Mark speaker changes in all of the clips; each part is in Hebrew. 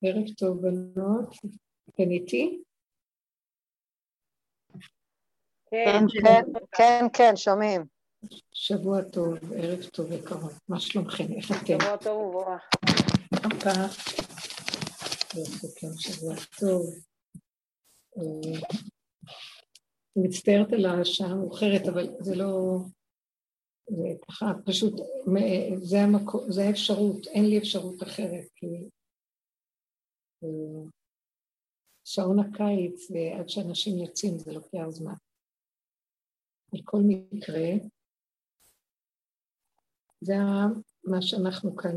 Speaker 1: ערב טוב בנות, אתן איתי?
Speaker 2: כן, שומעים.
Speaker 1: שבוע טוב, ערב טוב יקרות, מה שלומכם? איך אתם?
Speaker 2: שבוע טוב וברך.
Speaker 1: שבוע טוב. אני מצטערת על השעה המאוחרת, אבל זה לא... זה ככה, פשוט, זה האפשרות, אין לי אפשרות אחרת, כי שעון הקיץ, ועד שאנשים יוצאים, זה לוקח זמן. בכל מקרה, זה מה שאנחנו כאן,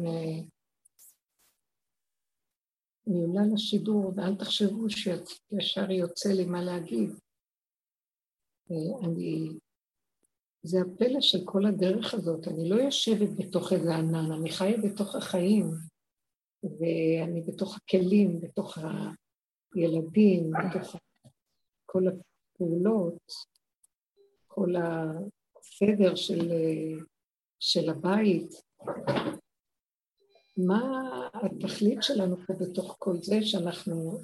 Speaker 1: אני עולה לשידור, ואל תחשבו שישר יוצא לי מה להגיד. זה הפלא של כל הדרך הזאת, אני לא יושבת בתוך איזה ענן, אני חיה בתוך החיים, ואני בתוך הכלים, בתוך הילדים, בתוך כל הפעולות, כל הסדר של הבית. מה התכלית שלנו פה בתוך כל זה שאנחנו,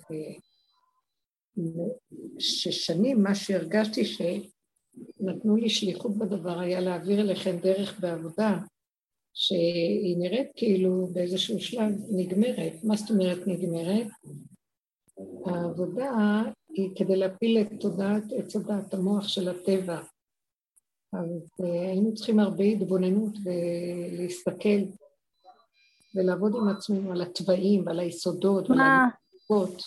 Speaker 1: ששנים מה שהרגשתי שנתנו לי שליחות בדבר היה להעביר אליכם דרך בעבודה, שהיא נראית כאילו באיזשהו שלב נגמרת. מה זאת אומרת נגמרת? העבודה היא כדי להפיל את תודעת המוח של הטבע. אז היינו צריכים הרבה התבוננות ולהסתכל ולעבוד עם עצמנו על הטבעים ועל היסודות ועל הנקודות.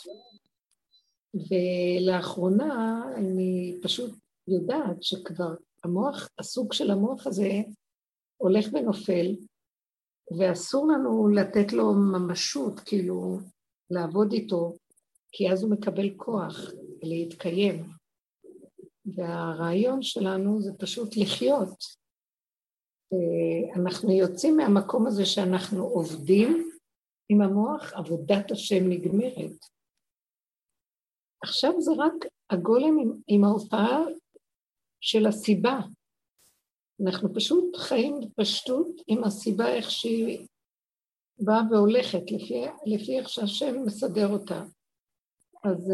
Speaker 1: ולאחרונה אני פשוט יודעת שכבר המוח, הסוג של המוח הזה הולך ונופל, ואסור לנו לתת לו ממשות, כאילו לעבוד איתו, כי אז הוא מקבל כוח להתקיים. והרעיון שלנו זה פשוט לחיות. אנחנו יוצאים מהמקום הזה שאנחנו עובדים עם המוח, עבודת השם נגמרת. עכשיו זה רק הגולם עם ההופעה של הסיבה. אנחנו פשוט חיים בפשטות עם הסיבה איך שהיא באה והולכת, לפי איך שהשם מסדר אותה. אז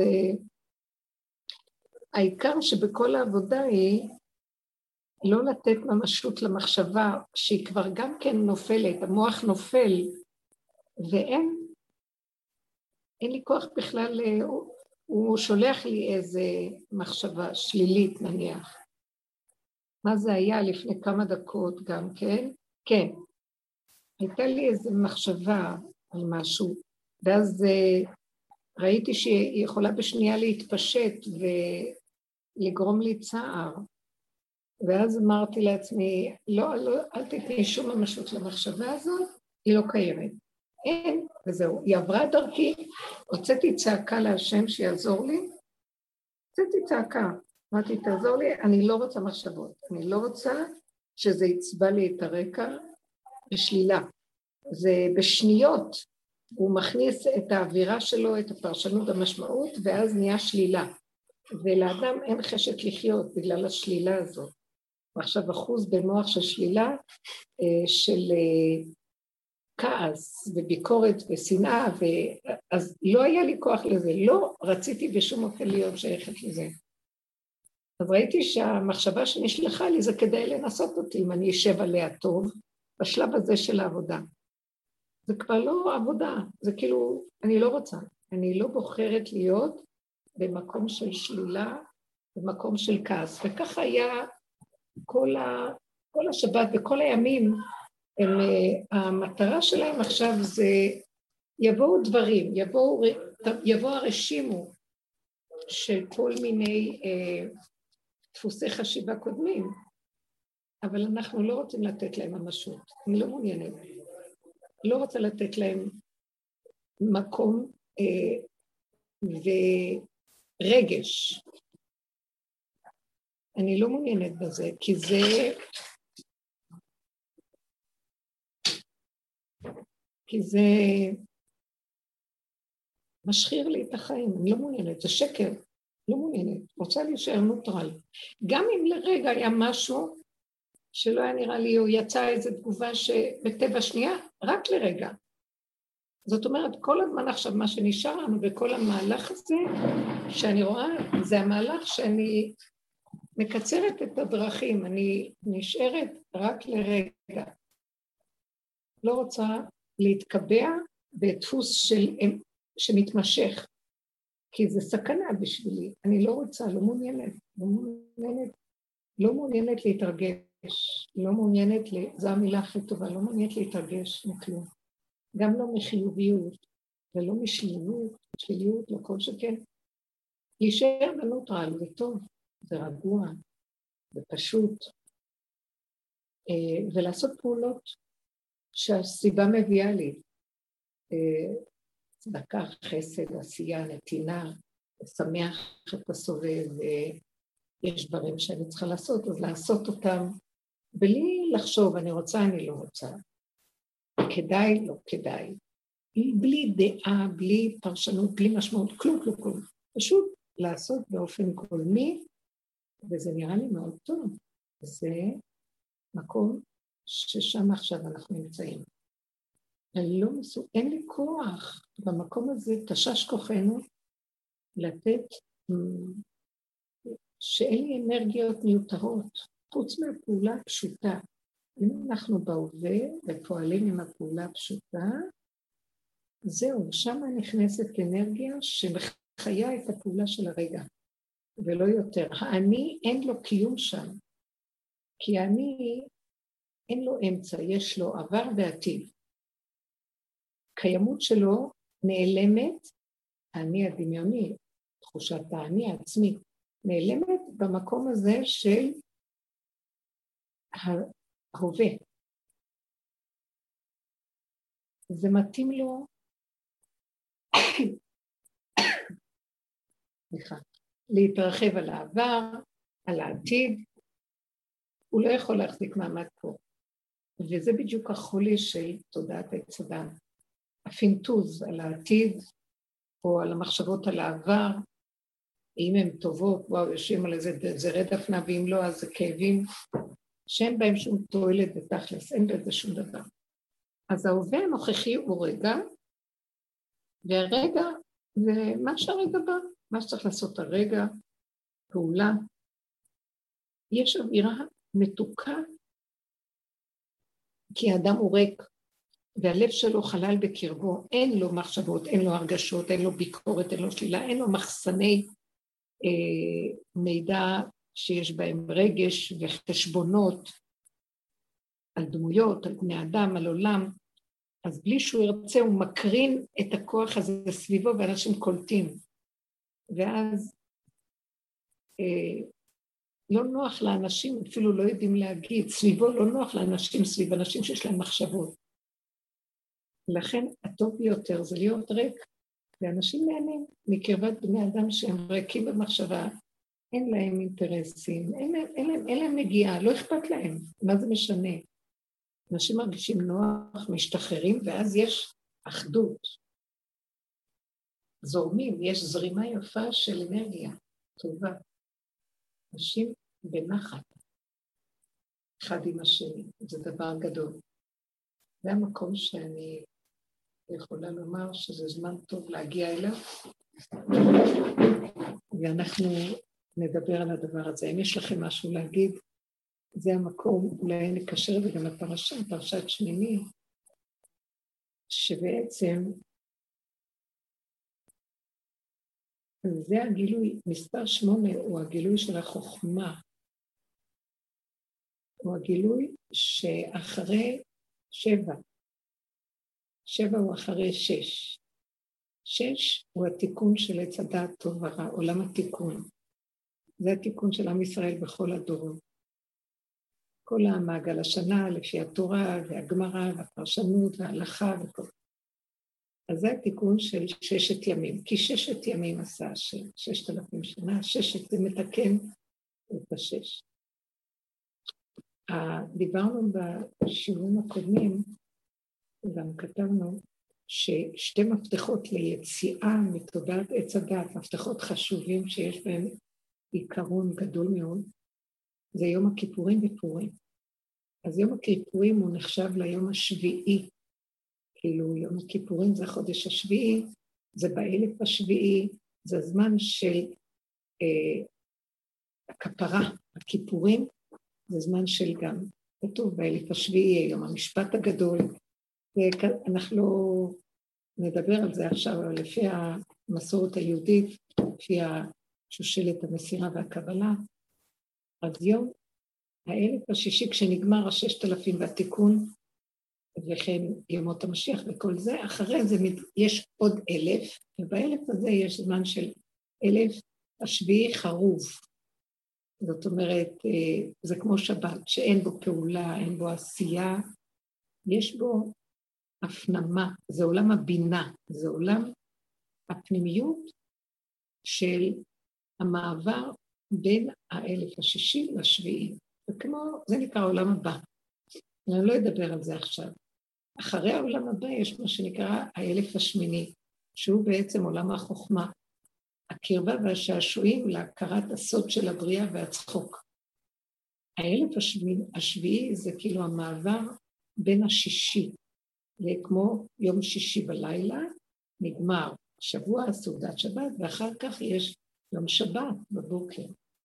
Speaker 1: העיקר שבכל העבודה היא לא לתת ממשות למחשבה שהיא כבר גם כן נופלת, המוח נופל, ואין לי כוח בכלל, הוא שולח לי איזה מחשבה שלילית נניח. מה זה היה לפני כמה דקות גם כן? כן. הייתה לי איזה מחשבה על משהו, ואז ראיתי שהיא יכולה בשנייה להתפשט ולגרום לי צער. ואז אמרתי לעצמי, לא, אל תתני שום ממשות למחשבה הזאת, היא לא קיימת. אין, וזהו. היא עברה דרכי, הוצאתי צעקה להשם שיעזור לי, הוצאתי צעקה. אמרתי, תעזור לי, אני לא רוצה מחשבות, אני לא רוצה שזה יצבע לי את הרקע בשלילה. זה בשניות, הוא מכניס את האווירה שלו, את הפרשנות המשמעות, ואז נהיה שלילה. ולאדם אין חשק לחיות בגלל השלילה הזאת. ועכשיו אחוז במוח של שלילה, של כעס וביקורת ושנאה, אז לא היה לי כוח לזה, לא רציתי בשום אופן להיות שייכת לזה. אז ראיתי שהמחשבה שנשלחה לי זה כדי לנסות אותי, אם אני אשב עליה טוב, בשלב הזה של העבודה. זה כבר לא עבודה, זה כאילו, אני לא רוצה, אני לא בוחרת להיות במקום של שלילה, במקום של כעס, וככה היה כל השבת וכל הימים, המטרה שלהם עכשיו זה, יבואו דברים, יבואו הרשימו של כל מיני דפוסי חשיבה קודמים, אבל אנחנו לא רוצים לתת להם ממשות, אני לא מעוניינת, לא רוצה לתת להם מקום ורגש. אני לא מעוניינת בזה, כי זה משחיר לי את החיים, אני לא מעוניינת, זה שקר, לא מעוניינת, רוצה להישאר נוטרל. גם אם לרגע היה משהו שלא היה נראה לי, או יצא איזו תגובה שבטבע שנייה, רק לרגע. זאת אומרת, כל הזמן עכשיו מה שנשאר לנו בכל המהלך הזה, שאני רואה, זה המהלך שאני מקצרת את הדרכים, אני נשארת רק לרגע. לא רוצה להתקבע בדפוס שמתמשך, כי זה סכנה בשבילי. אני לא רוצה, לא מעוניינת להתרגש, לא מעוניינת, זו המילה הכי טובה, לא מעוניינת להתרגש מכלום. גם לא מחיוביות, ולא משליליות, לא כל שכן. להישאר בנוטרל, זה טוב, זה רגוע, זה פשוט. ולעשות פעולות שהסיבה מביאה לי. צדקה, חסד, עשייה, נתינה, לשמח את הסובב, יש דברים שאני צריכה לעשות, אז לעשות אותם, בלי לחשוב, אני רוצה, אני לא רוצה. כדאי, לא כדאי. בלי דעה, בלי פרשנות, בלי משמעות, כלום. פשוט לעשות באופן גולמי, וזה נראה לי מאוד טוב. זה מקום ששם עכשיו אנחנו נמצאים. אין לי כוח במקום הזה, תשש כוחנו, לתת שאין לי אנרגיות מיותרות, חוץ מהפעולה הפשוטה. אם אנחנו בהווה ופועלים עם הפעולה הפשוטה, זהו, שם נכנסת אנרגיה שמחיה את הפעולה של הרגע, ולא יותר. האני אין לו קיום שם, כי האני אין לו אמצע, יש לו עבר ועתיד. קיימות שלו נעלמת, האני הדמיוני, תחושת האני העצמי, נעלמת במקום הזה של ההווה. זה מתאים לו, להתרחב על העבר, על העתיד, הוא לא יכול להחזיק מעמד פה. וזה בדיוק החולי של תודעת עץ אדם. הפינטוז על העתיד, או על המחשבות על העבר, אם הן טובות, וואו, יושבים על איזה זרי דפנה, ואם לא, אז זה כאבים, שאין בהם שום תועלת בתכלס, אין בזה שום דבר. אז ההווה הנוכחי הוא רגע, והרגע, ומה שהרגע בא, מה שצריך לעשות הרגע, פעולה, יש אווירה מתוקה, כי האדם הוא ריק, והלב שלו חלל בקרבו, אין לו מחשבות, אין לו הרגשות, אין לו ביקורת, אין לו שלילה, אין לו מחסני מידע שיש בהם רגש וחשבונות על דמויות, על בני אדם, על עולם, אז בלי שהוא ירצה הוא מקרין את הכוח הזה סביבו ואנשים קולטים, ואז לא נוח לאנשים, אפילו לא יודעים להגיד, סביבו לא נוח לאנשים, סביב אנשים שיש להם מחשבות. לכן הטוב ביותר זה להיות ריק, ואנשים נהנים מקרבת בני אדם שהם ריקים במחשבה, אין להם אינטרסים, אין להם נגיעה, לא אכפת להם, מה זה משנה? אנשים מרגישים נוח, משתחררים, ואז יש אחדות. זורמים, יש זרימה יפה של אנרגיה, טובה. אנשים בנחת, אחד עם השני, זה דבר גדול. זה המקום שאני יכולה לומר שזה זמן טוב להגיע אליו, ואנחנו נדבר על הדבר הזה. אם יש לכם משהו להגיד, זה המקום, אולי נקשר וגם הפרשה, פרשת שמיני, שבעצם זה הגילוי, מספר 8 הוא הגילוי של החוכמה, הוא הגילוי שאחרי 7, 7 הוא אחרי 6, 6 הוא התיקון של עץ הדעת טוב ורע, עולם התיקון, זה התיקון של עם ישראל בכל הדורות. כל המעגל השנה, לפי התורה והגמרא והפרשנות וההלכה וכל. אז זה התיקון של 6 ימים, כי 6 ימים עשה השם, 6,000 שנה, 6 זה מתקן את 6. דיברנו בשיעורים הקודמים, גם כתבנו, ששתי מפתחות ליציאה מתודעת עץ הדת, מפתחות חשובים שיש בהם עיקרון גדול מאוד, זה יום הכיפורים ופורים. אז יום הכיפורים הוא נחשב ליום השביעי, כאילו יום הכיפורים זה החודש השביעי, זה באלף השביעי, זה הזמן של הכפרה, הכיפורים, זה זמן של גם, כתוב באלף השביעי, יום המשפט הגדול, ואנחנו נדבר על זה עכשיו, לפי המסורת היהודית, לפי השושלת המסירה והקבלה, אז יום האלף השישי, כשנגמר ה6,000 והתיקון, וכן ימות המשיח וכל זה, אחרי זה יש עוד 1,000, ובאלף הזה יש זמן של 1,000 השביעי חרוב. זאת אומרת, זה כמו שבת, שאין בו פעולה, אין בו עשייה, יש בו הפנמה, זה עולם הבינה, זה עולם הפנימיות של המעבר בין האלף השישי לשביעי. זה נקרא העולם הבא. אני לא אדבר על זה עכשיו. אחרי העולם הבא יש מה שנקרא האלף השמיני, שהוא בעצם עולם החוכמה, הקרבה והשעשועים להכרת הסוד של הבריאה והצחוק. האלף השביעי זה כאילו המעבר בין השישי, כמו יום שישי בלילה, נגמר שבוע, סעודת שבת, ואחר כך יש יום שבת בבוקר.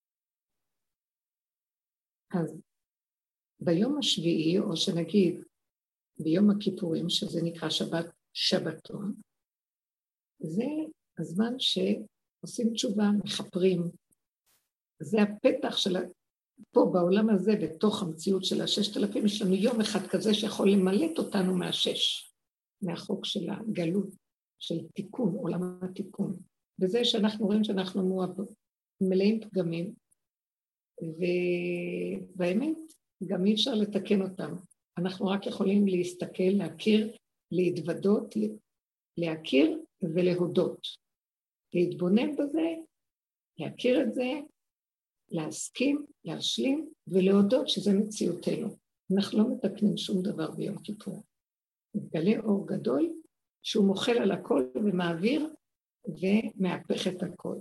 Speaker 1: אז ביום השביעי, או שנגיד ביום הכיפורים, שזה נקרא שבת שבתון, זה הזמן שעושים תשובה, מחפרים. זה הפתח של, פה בעולם הזה, בתוך המציאות של 6,000, יש לנו יום אחד כזה שיכול למלט אותנו מהחוק של הגלות, של תיקון, עולם התיקון. וזה שאנחנו רואים שאנחנו מלאים פגמים, ובאמת גם אי אפשר לתקן אותם. אנחנו רק יכולים להסתכל, להכיר, להתוודות, להכיר ולהודות. להתבונן בזה, להכיר את זה, להסכים, להשלים ולהודות שזה מציאותנו. אנחנו לא מתקנים שום דבר ביום כיפור. מתגלה אור גדול שהוא מוחל על הכל ומעביר ומהפך את הכל.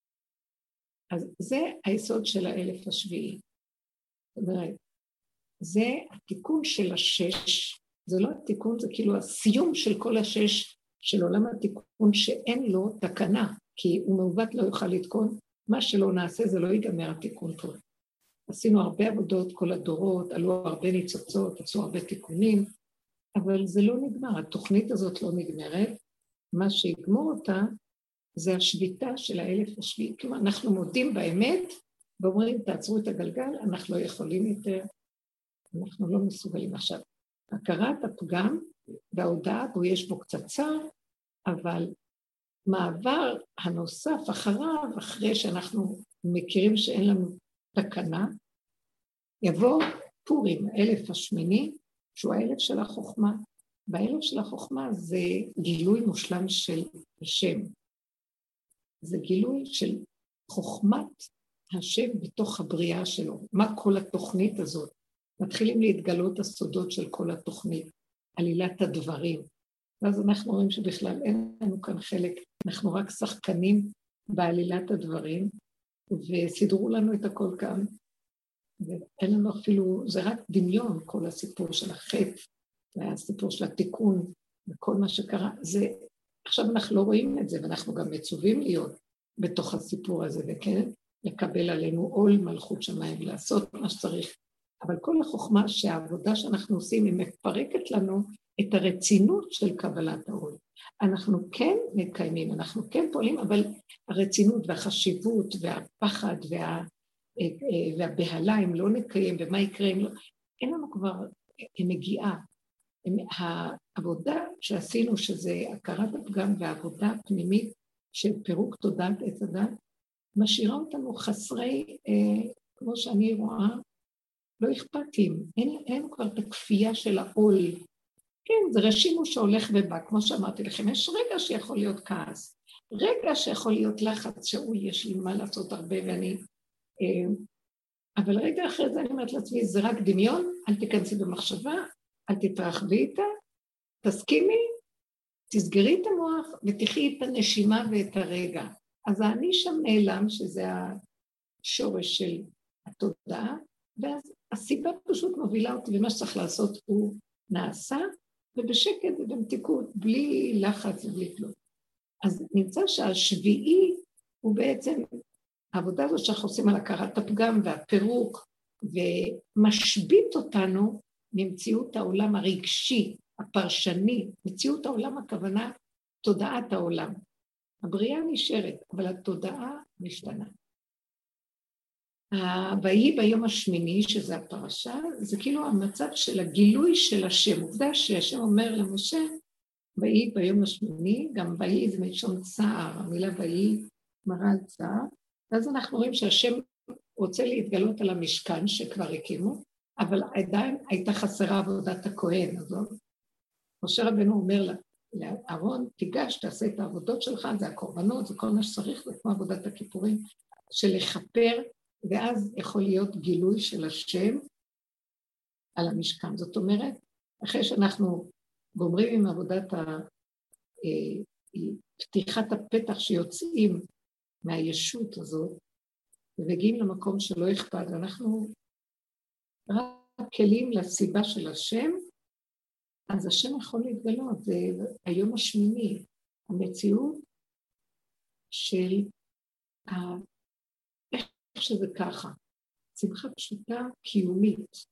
Speaker 1: אז זה היסוד של האלף השביעי. זאת אומרת, זה התיקון של 6, זה לא התיקון, זה כאילו הסיום של כל 6 של עולם התיקון שאין לו תקנה, כי הוא מעוות לא יוכל לתקון, מה שלא נעשה זה לא ייגמר התיקון פה. עשינו הרבה עבודות כל הדורות, עלו הרבה ניצוצות, עשו הרבה תיקונים, אבל זה לא נגמר, התוכנית הזאת לא נגמרת, מה שיגמור אותה זה השביטה של האלף השביעי, כלומר אנחנו מודים באמת, ואומרים תעצרו את הגלגל, אנחנו לא יכולים יותר, אנחנו לא מסוגלים עכשיו. הכרת הפגם וההודעה בו יש בו קצת צער, אבל מעבר הנוסף אחריו, אחרי שאנחנו מכירים שאין לנו תקנה, יבוא פורים, האלף השמיני, שהוא האלף של החוכמה. והאלף של החוכמה זה גילוי מושלם של השם. זה גילוי של חוכמת השם בתוך הבריאה שלו. מה כל התוכנית הזאת? מתחילים להתגלות הסודות של כל התוכנית, עלילת הדברים. ואז אנחנו רואים שבכלל אין לנו כאן חלק, אנחנו רק שחקנים בעלילת הדברים, וסידרו לנו את הכל כאן, ואין לנו אפילו, זה רק דמיון, כל הסיפור של החטא, והסיפור של התיקון, וכל מה שקרה, זה, עכשיו אנחנו לא רואים את זה, ואנחנו גם מצווים להיות בתוך הסיפור הזה, וכן, לקבל עלינו עול מלכות שמיים, ולעשות מה שצריך. אבל כל החוכמה שהעבודה שאנחנו עושים, היא מפרקת לנו את הרצינות של קבלת העול. אנחנו כן מקיימים, אנחנו כן פועלים, אבל הרצינות והחשיבות והפחד והבהלה, אם לא נקיים, ומה יקרה אם לא, אין לנו כבר מגיעה. העבודה שעשינו, שזה הכרת הפגם והעבודה הפנימית של פירוק תודעת עץ הדת, משאירה אותנו חסרי, כמו שאני רואה, לא אכפתים, אין כבר את הכפייה של העול. כן, זה רשימו שהולך ובא, כמו שאמרתי לכם, יש רגע שיכול להיות כעס, רגע שיכול להיות לחץ, יש לי מה לעשות הרבה ואני... אבל רגע אחרי זה אני אומרת לעצמי, זה רק דמיון, אל תיכנסי במחשבה, אל תתרחבי איתה, תסכימי, תסגרי את המוח ותחי את הנשימה ואת הרגע. אז אני שם נעלם, שזה השורש של התודעה, ואז הסיבה פשוט מובילה אותי, ומה שצריך לעשות הוא נעשה, ובשקט ובמתיקות, בלי לחץ ובלי כלום. אז נמצא שהשביעי הוא בעצם, העבודה הזאת שאנחנו עושים על הכרת הפגם והפירוק, ומשבית אותנו ממציאות העולם הרגשי, הפרשני, מציאות העולם הכוונה, תודעת העולם. הבריאה נשארת, אבל התודעה משתנה. ויהי ביום השמיני, שזה הפרשה, זה כאילו המצב של הגילוי של השם. עובדה שהשם אומר למשה, ויהי ביום השמיני, גם ויהי זה מלשון צער, המילה ויהי מראה על צער, ואז אנחנו רואים שהשם רוצה להתגלות על המשכן שכבר הקימו, אבל עדיין הייתה חסרה עבודת הכהן הזאת. משה רבנו אומר לאהרון, תיגש, תעשה את העבודות שלך, זה הקורבנות, זה כל מה שצריך, זה כמו עבודת הכיפורים, של לחפר, ואז יכול להיות גילוי של השם על המשכן. זאת אומרת, אחרי שאנחנו גומרים עם עבודת פתיחת הפתח שיוצאים מהישות הזאת, ומגיעים למקום שלא אכפת, ואנחנו רק כלים לסיבה של השם, אז השם יכול להתגלות. זה היום השמיני, המציאות של איך שזה ככה, שמחה פשוטה קיומית.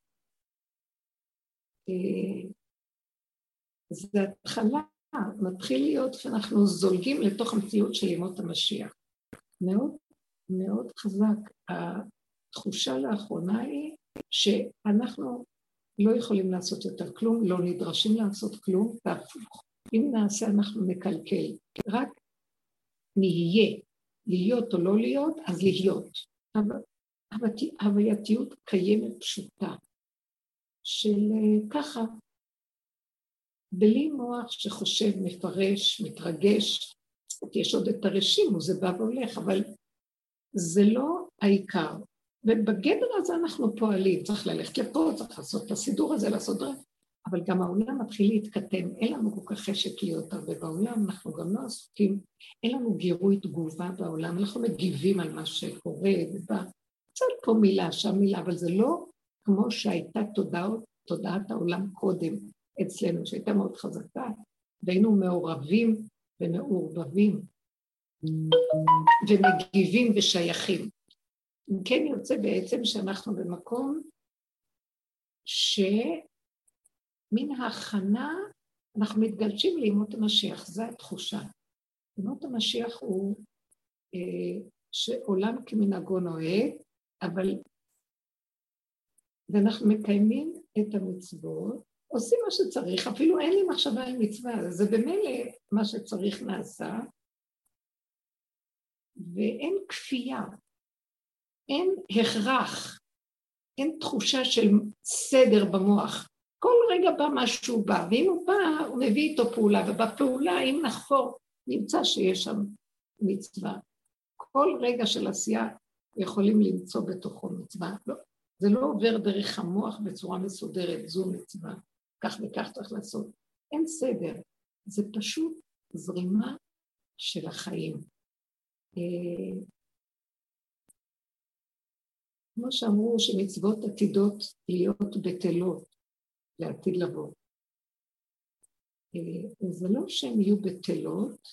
Speaker 1: זה התחלה, מתחיל להיות שאנחנו זולגים לתוך המציאות של ימות המשיח. מאוד מאוד חזק. התחושה לאחרונה היא שאנחנו לא יכולים לעשות יותר כלום, לא נדרשים לעשות כלום, והפוך. אם נעשה אנחנו נקלקל, רק נהיה, להיות או לא להיות, אז להיות. הווייתיות קיימת פשוטה, של ככה, בלי מוח שחושב, מפרש, מתרגש, יש עוד את הרשימו, זה בא והולך, אבל זה לא העיקר. ובגדר הזה אנחנו פועלים, צריך ללכת לפה, צריך לעשות את הסידור הזה, לעשות דרך, אבל גם העולם מתחיל להתקטם, אין לנו כל כך חשק להיות הרבה בעולם, אנחנו גם לא עסוקים, אין לנו גירוי תגובה בעולם, אנחנו מגיבים על מה שקורה, ובא, קצת פה מילה, שם מילה, אבל זה לא כמו שהייתה תודעת העולם קודם אצלנו, שהייתה מאוד חזקה, והיינו מעורבים ומעורבבים, ומגיבים ושייכים. אם כן יוצא בעצם שאנחנו במקום שמין ההכנה, אנחנו מתגלשים לימות המשיח, זו התחושה. לימות המשיח הוא שעולם כמנהגו נוהג, אבל ואנחנו מקיימים את המצוות, עושים מה שצריך, אפילו אין לי מחשבה עם מצווה, זה במילא מה שצריך נעשה, ואין כפייה. אין הכרח, אין תחושה של סדר במוח. כל רגע בא משהו בא, ואם הוא בא, הוא מביא איתו פעולה, ובפעולה, אם נחפור, נמצא שיש שם מצווה. כל רגע של עשייה יכולים למצוא בתוכו מצווה. לא, זה לא עובר דרך המוח בצורה מסודרת, זו מצווה. כך וכך צריך לעשות. אין סדר, זה פשוט זרימה של החיים. כמו שאמרו שמצוות עתידות להיות בטלות, לעתיד לבוא. זה לא שהן יהיו בטלות,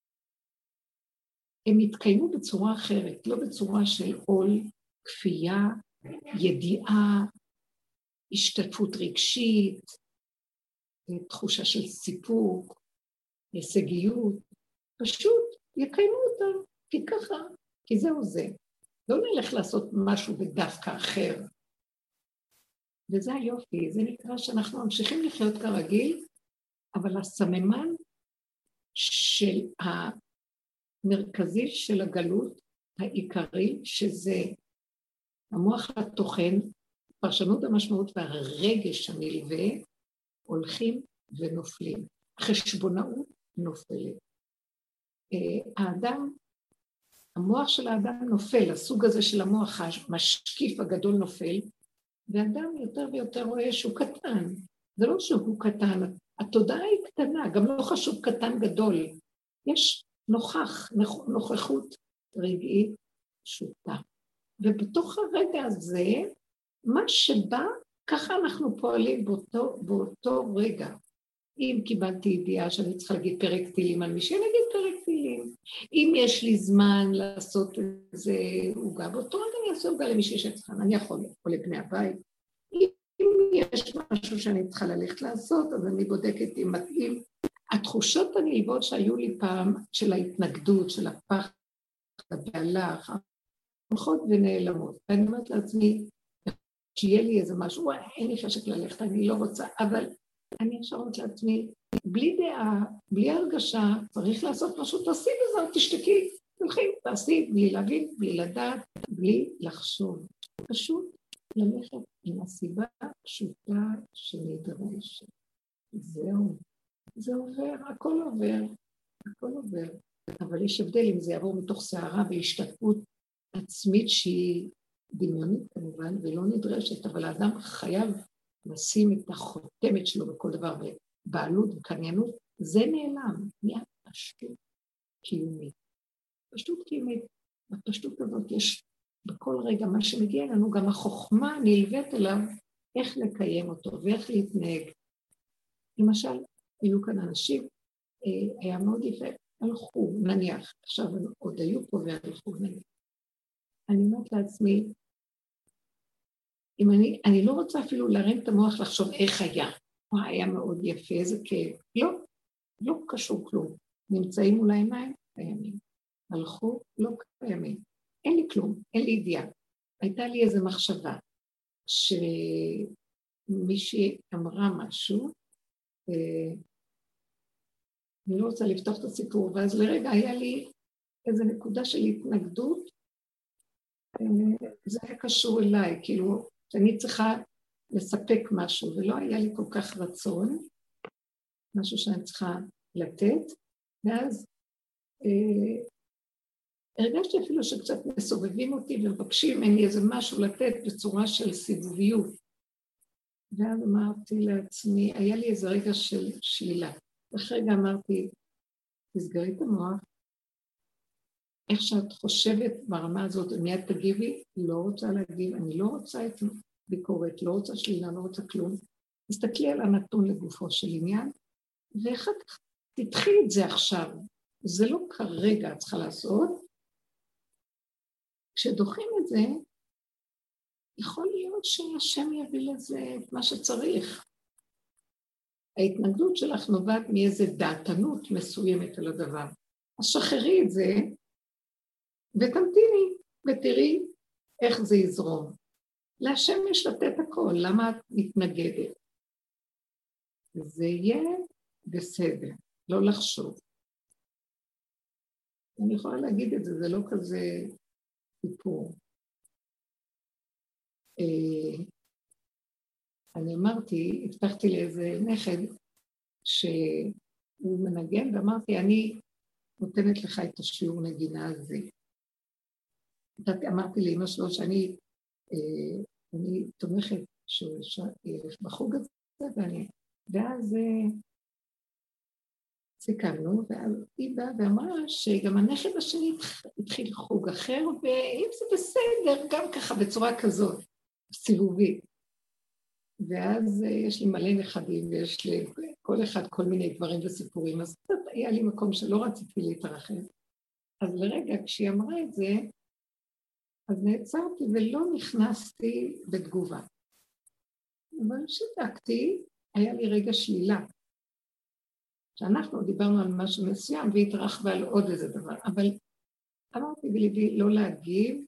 Speaker 1: הן יתקיימו בצורה אחרת, לא בצורה של עול, כפייה, ידיעה, השתתפות רגשית, תחושה של סיפוק, הישגיות, פשוט יקיימו אותם, כי ככה, כי זהו זה. לא נלך לעשות משהו בדווקא אחר. וזה היופי, זה נקרא שאנחנו ממשיכים לחיות כרגיל, אבל הסממן של המרכזי של הגלות העיקרי, שזה המוח התוכן, פרשנות המשמעות והרגש הנלווה, הולכים ונופלים. חשבונאות נופלת. האדם, המוח של האדם נופל, הסוג הזה של המוח המשקיף הגדול נופל, ואדם יותר ויותר רואה שהוא קטן. זה לא שהוא קטן, התודעה היא קטנה, גם לא חשוב קטן גדול. יש נוכחות רגעית פשוטה. ובתוך הרגע הזה, מה שבא, ככה אנחנו פועלים באותו רגע. אם קיבלתי ידיעה שאני צריכה להגיד פרק תהילים על מישהו, אני אגיד פרק תהילים. אם יש לי זמן לעשות איזה עוגה, באותו רגע אני אעשה עוגה למישהו שצריכה, אני יכול, או לבני הבית. אם יש משהו שאני צריכה ללכת לעשות, אז אני בודקת אם מתאים. התחושות הנלוות שהיו לי פעם, של ההתנגדות, של הפחד, הבהלה, הולכות ונעלמות. ואני אומרת לעצמי, שיהיה לי איזה משהו, אין לי חשק ללכת, אני לא רוצה, אבל אני עכשיו אומרת לעצמי, בלי דעה, בלי הרגשה, צריך לעשות משהו, תעשי בזה, תשתקי, תלכי, תעשי, בלי להבין, בלי לדעת, בלי לחשוב. פשוט ללכת עם הסיבה הפשוטה שנדרשת. זהו, זה עובר, הכל עובר, הכל עובר. אבל יש הבדל אם זה יעבור מתוך שערה והשתתפות עצמית שהיא דמיונית כמובן, ולא נדרשת, אבל האדם חייב לשים את החותמת שלו בכל דבר, ובעלות וקניינות, זה נעלם, מיד פשטות קיומית. פשטות קיומית, בפשטות הזאת יש בכל רגע מה שמגיע לנו, גם החוכמה נלווית אליו, איך לקיים אותו ואיך להתנהג. למשל, היו כאן אנשים, היה מאוד יפה, הלכו, נניח, עכשיו עוד היו פה והלכו, נניח. אני אומרת לעצמי, אם אני לא רוצה אפילו להרים את המוח לחשוב איך היה. היה מאוד יפה, איזה כיף. לא קשור כלום. נמצאים מול העיניים, קיימים. הלכו, לא קיימים. אין לי כלום, אין לי ידיעה. הייתה לי איזו מחשבה, שמישהי אמרה משהו, אני לא רוצה לפתוח את הסיפור, ואז לרגע היה לי איזו נקודה של התנגדות, זה היה קשור אליי, כאילו, שאני צריכה לספק משהו, ולא היה לי כל כך רצון, משהו שאני צריכה לתת, ואז הרגשתי אפילו שקצת מסובבים אותי ומבקשים ממני איזה משהו לתת בצורה של סיבוביות. ואז אמרתי לעצמי, היה לי איזה רגע של שלילה. אחרי רגע אמרתי, תסגרי את המוח, איך שאת חושבת ברמה הזאת, מיד תגיבי, לא רוצה להגיב, אני לא רוצה את ביקורת, לא רוצה שלילה, לא רוצה כלום. תסתכלי על הנתון לגופו של עניין, ואחר כך תתחיל את זה עכשיו. זה לא כרגע צריכה לעשות. כשדוחים את זה, יכול להיות שהשם יביא לזה את מה שצריך. ההתנגדות שלך נובעת מאיזו דעתנות מסוימת על הדבר. אז שחררי את זה, ותמתיני, ותראי איך זה יזרום. להשם יש לתת הכל, למה את מתנגדת? זה יהיה בסדר, לא לחשוב. אני יכולה להגיד את זה, זה לא כזה סיפור. אני אמרתי, הבטחתי לאיזה נכד, שהוא מנגן, ואמרתי, אני נותנת לך את השיעור נגינה הזה. אמרתי לאמא שלו שאני תומכת בחוג הזה, ואז סיכמנו, ואז היא באה ואמרה שגם הנכד השני התחיל חוג אחר, ואם זה בסדר, גם ככה בצורה כזאת, סיבובית. ואז יש לי מלא נכדים, ויש לי כל אחד כל מיני דברים וסיפורים, אז היה לי מקום שלא רציתי להתרחב. אז לרגע, כשהיא אמרה את זה, אז נעצרתי ולא נכנסתי בתגובה. אבל שתקתי, היה לי רגע שלילה. שאנחנו דיברנו על משהו מסוים והתרחבה על עוד איזה דבר, אבל אמרתי בליבי לא להגיב,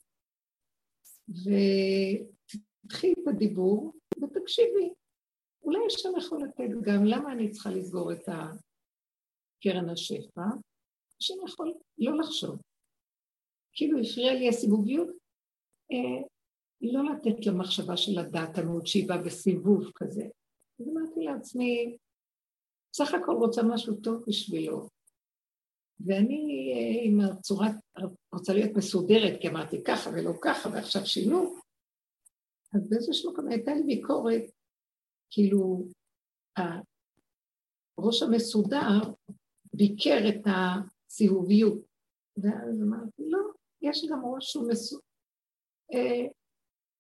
Speaker 1: ותתחיל את הדיבור ותקשיבי. אולי יש יכול לתת גם למה אני צריכה לסגור את קרן השפע, שאני יכול לא לחשוב. כאילו הפריע לי הסיבוביות, לא לתת למחשבה של הדעתנות שהיא באה בסיבוב כזה. אז אמרתי לעצמי, סך הכל רוצה משהו טוב בשבילו. ואני עם הצורה רוצה להיות מסודרת, כי אמרתי ככה ולא ככה, ועכשיו שינו. אז באיזשהו מקום הייתה לי ביקורת, כאילו, הראש המסודר ביקר את הסיבוביות. ואז אמרתי, לא, יש גם ראש שהוא מסודר.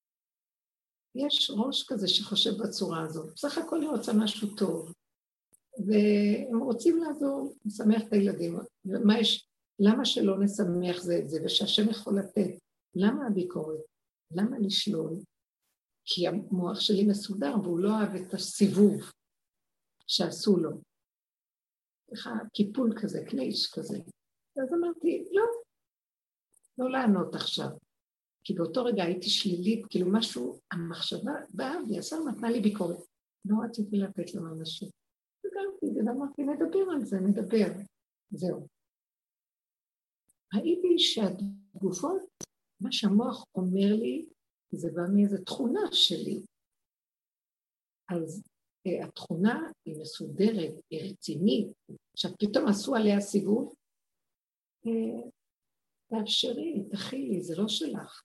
Speaker 1: יש ראש כזה שחושב בצורה הזאת. בסך הכל היא רוצה משהו טוב. והם רוצים לעזור, לשמח את הילדים. ומה יש, למה שלא נשמח זה את זה, ושהשם יכול לתת? למה הביקורת? למה לשלול? כי המוח שלי מסודר, והוא לא אוהב את הסיבוב שעשו לו. ככה קיפול כזה, קליש כזה. אז אמרתי, לא לענות עכשיו. כי באותו רגע הייתי שלילית, כאילו משהו, המחשבה באה וישר נתנה לי ביקורת. לא רציתי לתת לו אנשים. וגרתי, ואמרתי, נדבר על זה, נדבר. זהו. ראיתי שהתגובות, מה שהמוח אומר לי, זה בא מאיזו תכונה שלי. אז התכונה היא מסודרת, היא רצינית. עכשיו פתאום עשו עליה סיבוב, תאפשרי, תכילי, זה לא שלך.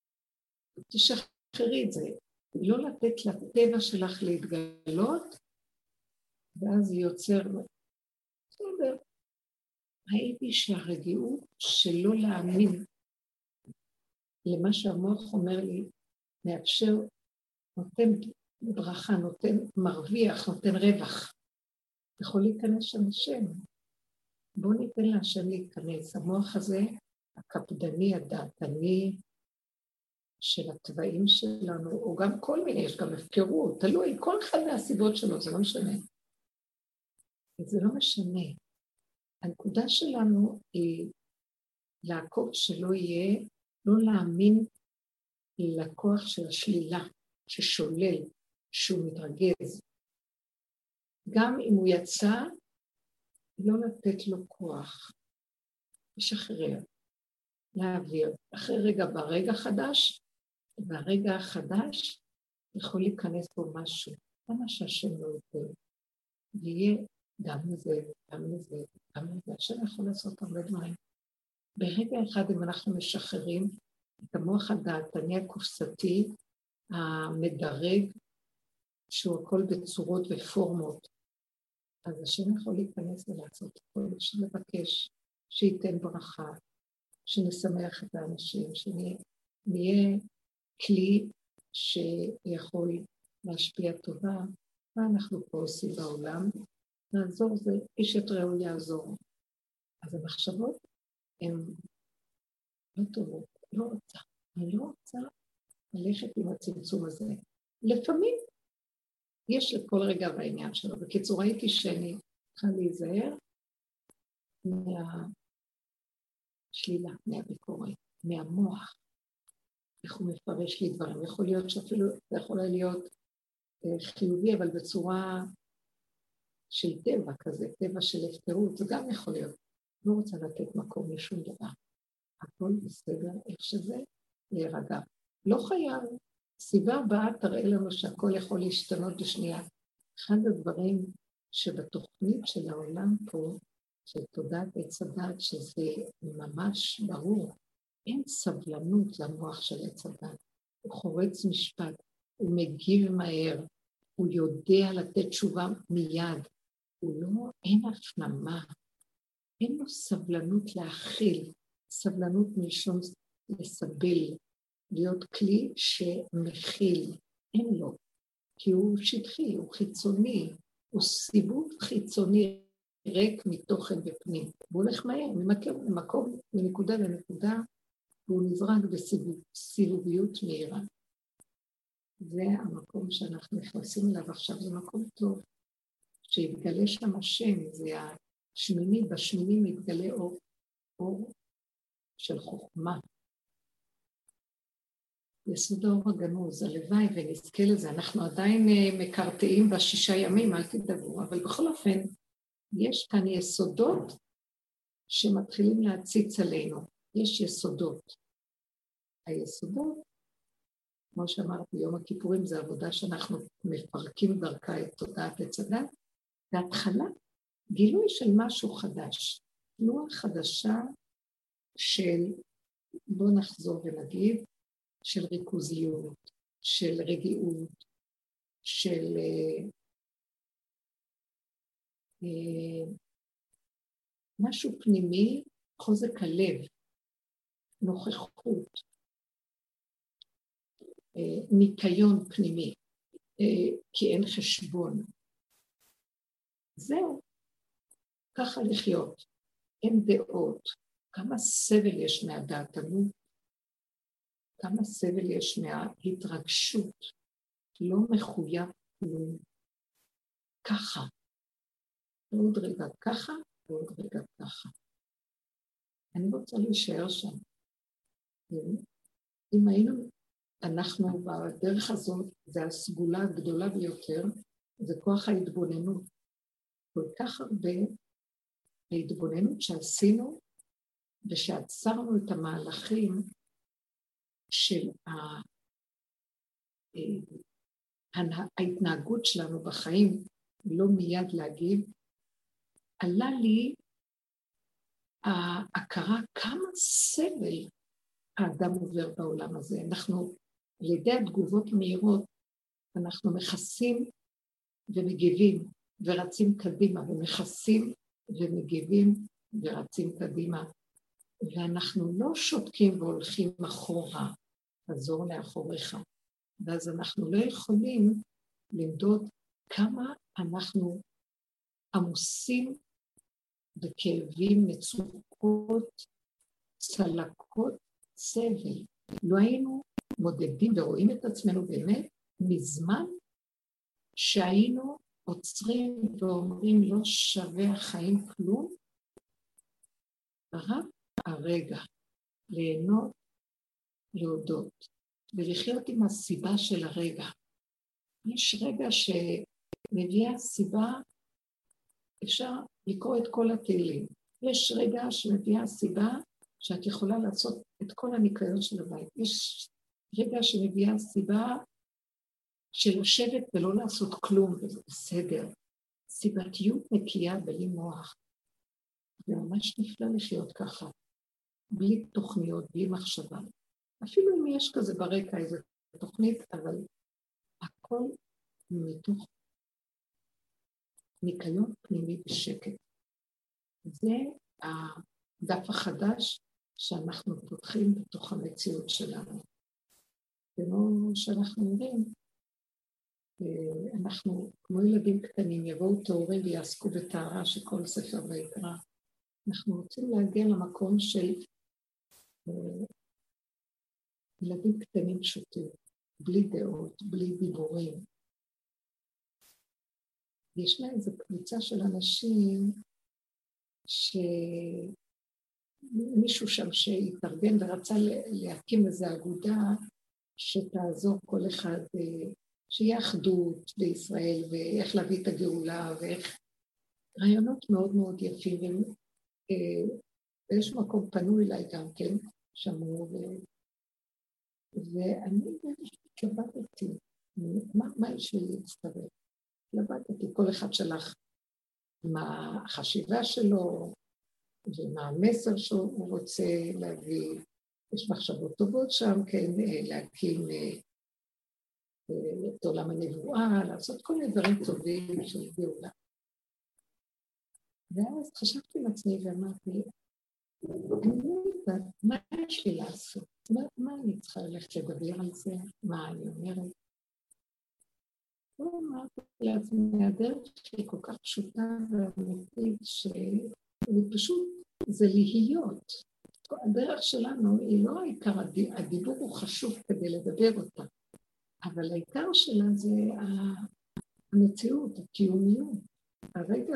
Speaker 1: תשחררי את זה. לא לתת לטבע שלך להתגלות, ואז היא יוצר... בסדר. ראיתי שהרגיעות שלא להאמין למה שהמוח אומר לי, מאפשר, נותן ברכה, נותן מרוויח, נותן רווח. יכול להיכנס שם השם. בואו ניתן להשם להיכנס. המוח הזה, הקפדני, הדעתני, של הטבעים שלנו, או גם כל מיני, יש גם הפקרות, תלוי, כל אחד מהסיבות שלו, זה לא משנה. זה לא משנה. הנקודה שלנו היא לעקוב שלא יהיה, לא להאמין לכוח של השלילה, ששולל, שהוא מתרגז. גם אם הוא יצא, לא לתת לו כוח, לשחרר, להעביר. אחרי רגע ברגע חדש, והרגע החדש יכול להיכנס בו משהו, למה שהשם לא יותר, ויהיה גם לזה, גם לזה, גם לזה, השם יכול לעשות הרבה דברים. ברגע אחד אם אנחנו משחררים את המוח הדעתני הקופסתי, המדרג, שהוא הכל בצורות ופורמות, אז השם יכול להיכנס ולעשות הכל, שנבקש, שייתן ברכה, שנשמח את האנשים, שנהיה כלי שיכול להשפיע טובה, מה אנחנו פה עושים בעולם, לעזור זה, איש את רעהו יעזור. אז המחשבות הן לא טובות, אני לא רוצה ללכת עם הצמצום הזה. לפעמים יש לכל רגע בעניין שלו. בקיצור, ראיתי שאני צריכה להיזהר מהשלילה, מהביקורת, מהמוח. איך הוא מפרש לי דברים. יכול להיות שאפילו זה יכול להיות חיובי, אבל בצורה של טבע כזה, טבע של הפקרות, זה גם יכול להיות. לא רוצה לתת מקום לשום דבר. הכל בסדר, איך שזה, להירגע. לא חייב. סיבה הבאה תראה לנו שהכל יכול להשתנות בשנייה. אחד הדברים שבתוכנית של העולם פה, של תודעת עץ הדת, שזה ממש ברור, אין סבלנות למוח של עץ הדת. הוא חורץ משפט, הוא מגיב מהר, הוא יודע לתת תשובה מיד. הוא לא, אין הפנמה, אין לו סבלנות להכיל, סבלנות מלשון לסבל, להיות כלי שמכיל, אין לו, כי הוא שטחי, הוא חיצוני, הוא סיבוב חיצוני ריק מתוכן בפנים. הוא הולך מהר, ממקום, מנקודה לנקודה, והוא נזרק בסיבוביות מהירה. זה המקום שאנחנו נכנסים אליו עכשיו, זה מקום טוב, שיתגלה שם השם, זה השמיני, בשמיני מתגלה אור של חוכמה. יסוד האור הגנוז, הלוואי ונזכה לזה, אנחנו עדיין מקרטעים ב6 ימים, אל תדאגו, אבל בכל אופן, יש כאן יסודות שמתחילים להציץ עלינו, יש יסודות. היסודות, כמו שאמרתי, יום הכיפורים זה עבודה שאנחנו מפרקים דרכה את תודעת עץ הדת, והתחלה, גילוי של משהו חדש, תנועה חדשה של, בוא נחזור ונגיד, של ריכוזיות, של רגיעות, של משהו פנימי, חוזק הלב, נוכחות, ניקיון פנימי, כי אין חשבון. זהו, ככה לחיות. אין דעות. כמה סבל יש מהדעתנות, כמה סבל יש מההתרגשות, לא מחויב כלום. ככה. ועוד רגע ככה, ועוד רגע ככה. אני רוצה להישאר שם. אם היינו, אנחנו בדרך הזאת, זה הסגולה הגדולה ביותר, זה כוח ההתבוננות. כל כך הרבה ההתבוננות שעשינו, ושעצרנו את המהלכים של ההתנהגות שלנו בחיים, לא מיד להגיב, עלה לי ההכרה כמה סבל האדם עובר בעולם הזה. אנחנו, על ידי התגובות המהירות, אנחנו מכסים ומגיבים ורצים קדימה, ומכסים ומגיבים ורצים קדימה. ואנחנו לא שותקים והולכים אחורה, תחזור לאחוריך. ואז אנחנו לא יכולים למדוד כמה אנחנו עמוסים בכאבים, מצוקות, צלקות, סבל. לא היינו מודדים ורואים את עצמנו באמת מזמן שהיינו עוצרים ואומרים לא שווה החיים כלום, רק הרגע ליהנות, להודות ולחיות עם הסיבה של הרגע. יש רגע שמביאה סיבה, אפשר לקרוא את כל התהילים. יש רגע שמביאה סיבה שאת יכולה לעשות את כל הניקיון של הבית. יש רגע שמביאה סיבה של לשבת ולא לעשות כלום, וזה בסדר. סיבתיות נקייה בלי מוח. זה ממש נפלא לחיות ככה, בלי תוכניות, בלי מחשבה. אפילו אם יש כזה ברקע איזו תוכנית, אבל הכל מתוך ניקיון פנימי בשקט. זה הדף החדש שאנחנו פותחים בתוך המציאות שלנו. כמו שאנחנו אומרים, אנחנו כמו ילדים קטנים, יבואו תאורים ויעסקו בתארה שכל ספר ויקרא. אנחנו רוצים להגיע למקום של ילדים קטנים פשוטים, בלי דעות, בלי דיבורים. ישנה איזו קבוצה של אנשים שמישהו שם שהתארגן ורצה להקים איזו אגודה שתעזור כל אחד, שיהיה אחדות בישראל ואיך להביא את הגאולה ואיך רעיונות מאוד מאוד יפים. ויש מקום פנו אליי גם כן, שמעו, ואני התלבטתי, מה יש לי להצטרף? התלבטתי, כל אחד שלח מה החשיבה שלו, ומה המסר שהוא רוצה להביא. יש מחשבות טובות שם, כן, להקים את עולם הנבואה, לעשות כל מיני דברים טובים של גאולה. ואז חשבתי עם עצמי ואמרתי, אני לא יודעת, מה יש לי לעשות? מה אני צריכה ללכת לדבר על זה? מה אני אומרת? לא אמרתי לעצמי, הדרך שלי כל כך פשוטה ואמיתית, שפשוט זה להיות. הדרך שלנו היא לא העיקר, הדיבור הוא חשוב כדי לדבר אותה, אבל העיקר שלה זה המציאות, הקיומיות, הרגע.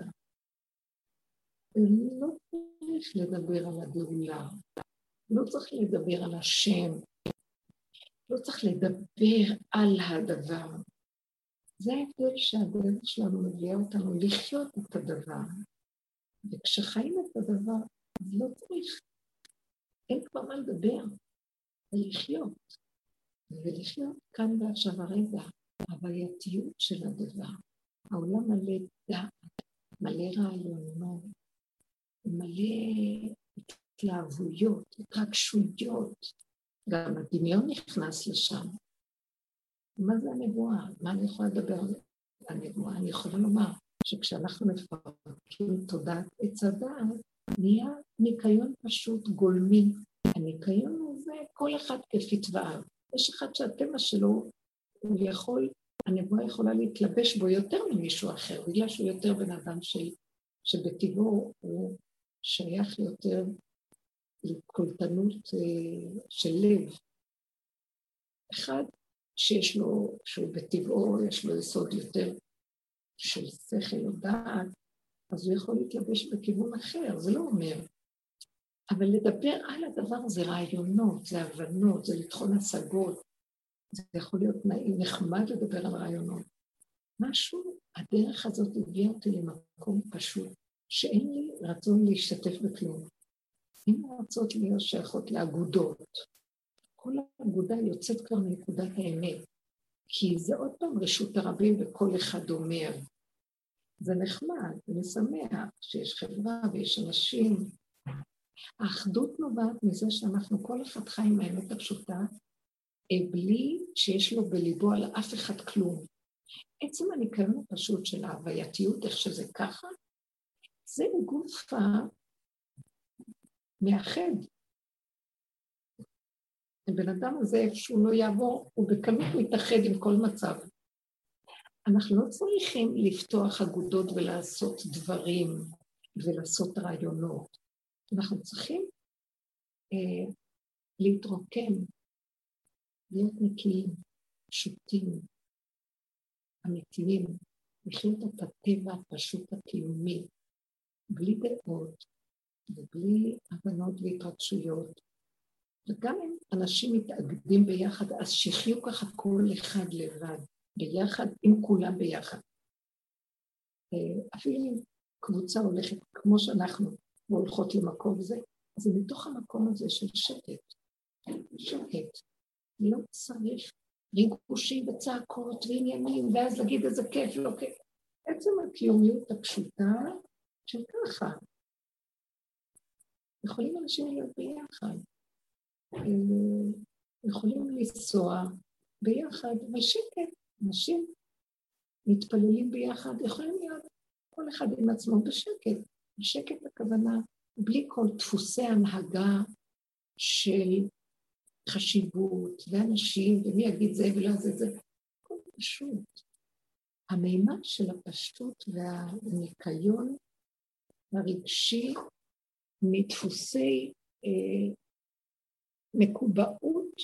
Speaker 1: לא צריך לדבר על הגאולה, לא צריך לדבר על השם, לא צריך לדבר על הדבר. זה ההבדל שהדרך שלנו מביאה אותנו לחיות את הדבר. וכשחיים את הדבר, אז לא צריך. אין כבר מה לדבר, זה לחיות. ולחיות כאן ועכשיו הרגע, ההווייתיות של הדבר. העולם מלא דעת, מלא רעיונות, מלא התלהבויות, התרגשויות. גם הדמיון נכנס לשם. מה זה הנבואה? מה אני יכולה לדבר על הנבואה? אני יכולה לומר שכשאנחנו מפרקים תודעת עץ הדעת, נהיה ניקיון פשוט גולמי. הניקיון הזה, כל אחד כפתוואיו. יש אחד שהטבע שלו, הוא יכול הנבואה יכולה להתלבש בו יותר ממישהו אחר, בגלל שהוא יותר בן אדם שבטבעו הוא שייך יותר לקולטנות של לב. אחד שיש לו, שהוא בטבעו, יש לו יסוד יותר של שכל או דעת, אז הוא יכול להתלבש בכיוון אחר, זה לא אומר. אבל לדבר על הדבר זה רעיונות, זה הבנות, זה לתחון השגות, זה יכול להיות נחמד לדבר על רעיונות. משהו, הדרך הזאת הביאה אותי למקום פשוט, שאין לי רצון להשתתף בכלום. אין לי רצון להיות שייכות לאגודות. כל האגודה יוצאת כבר מנקודת האמת, כי זה עוד פעם רשות הרבים וכל אחד אומר. זה נחמד, זה משמח שיש חברה ויש אנשים. האחדות נובעת מזה שאנחנו כל אחד חי עם האמת הפשוטה, בלי שיש לו בליבו על אף אחד כלום. עצם הניקיון הפשוט של ההווייתיות, איך שזה ככה, זה גוף מאחד. הבן אדם הזה, איפשהו לא יעבור, הוא בקלות מתאחד עם כל מצב. אנחנו לא צריכים לפתוח אגודות ולעשות דברים ולעשות רעיונות. אנחנו צריכים להתרוקן, להיות נקיים, פשוטים, אמיתיים, לחיות את הטבע הפשוט הקיומי, בלי דעות ובלי הבנות והתרגשויות. וגם אם אנשים מתאגדים ביחד, אז שיחיו ככה כל אחד לבד, ביחד, עם כולם ביחד. אפילו אם קבוצה הולכת כמו שאנחנו הולכות למקום זה, אז זה מתוך המקום הזה של שקט. שקט. לא צריך ריגושים וצעקות ועניינים, ואז להגיד איזה כיף, לא כיף. עצם הקיומיות הפשוטה של ככה. יכולים אנשים להיות ביחד. יכולים לנסוע ביחד, בשקט. אנשים מתפללים ביחד, יכולים להיות כל אחד עם עצמו בשקט. בשקט הכוונה, בלי כל דפוסי הנהגה של חשיבות ואנשים, ומי יגיד זה ולא זה, הכל פשוט. המימד של הפשטות והניקיון הרגשי מדפוסי מקובעות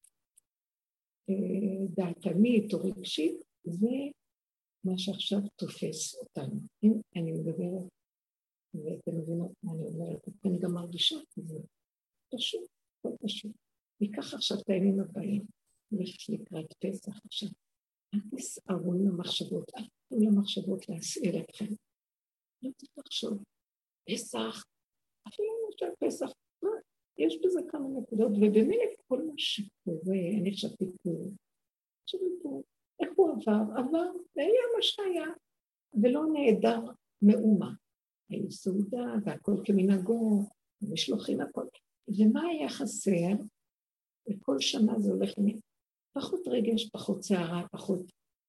Speaker 1: דעתנית או רגשית, זה מה שעכשיו תופס אותנו. אם אני מדברת, ואתם מבינות מה אני אומרת, אני גם מרגישה את זה. פשוט, לא פשוט. ניקח עכשיו את הימים הבאים, נלך לקראת פסח עכשיו. אל תסערו עם המחשבות, אל תתנו למחשבות להסעיר אתכם. לא תחשוב. פסח, אפילו של פסח, יש בזה כמה נקודות, ובאמת כל מה שקורה, אני חשבתי פה, איך הוא עבר, והיה מה שהיה, ולא נהדר מאומה. היו סעודה, והכל כמנהגו, ומשלוחים הכל. ומה היה חסר? וכל שנה זה הולך פחות רגש, פחות שערה, פחות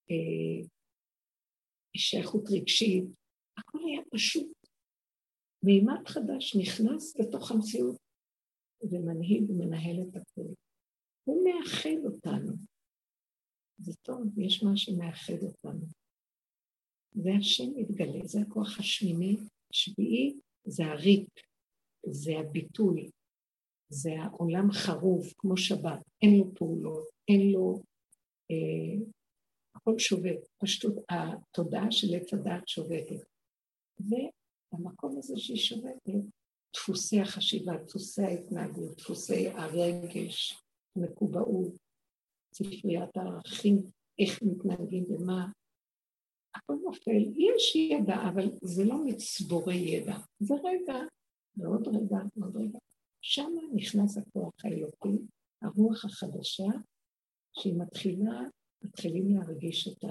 Speaker 1: שייכות רגשית. הכל היה פשוט. מימד חדש נכנס לתוך המציאות, ומנהיג ומנהל את הכל. הוא מאחד אותנו. זה טוב, יש מה שמאחד אותנו. והשם מתגלה, זה הכוח השמיני, שביעי, זה הריק, זה הביטוי, זה העולם חרוב, כמו שבת, אין לו פעולות, אין לו, הכל שובת, פשוט התודעה של עץ הדעת שובתת. והמקום הזה שהיא שובתת, דפוסי החשיבה, דפוסי ההתנהגות, דפוסי הרגש, המקובעות, ספריית הערכים, איך מתנהגים ומה, הכל נופל. יש ידע, אבל זה לא מצבורי ידע. זה רגע, ועוד רגע, ועוד רגע. שם נכנס הכוח האלוקי, הרוח החדשה, שהיא מתחילים להרגיש אותה.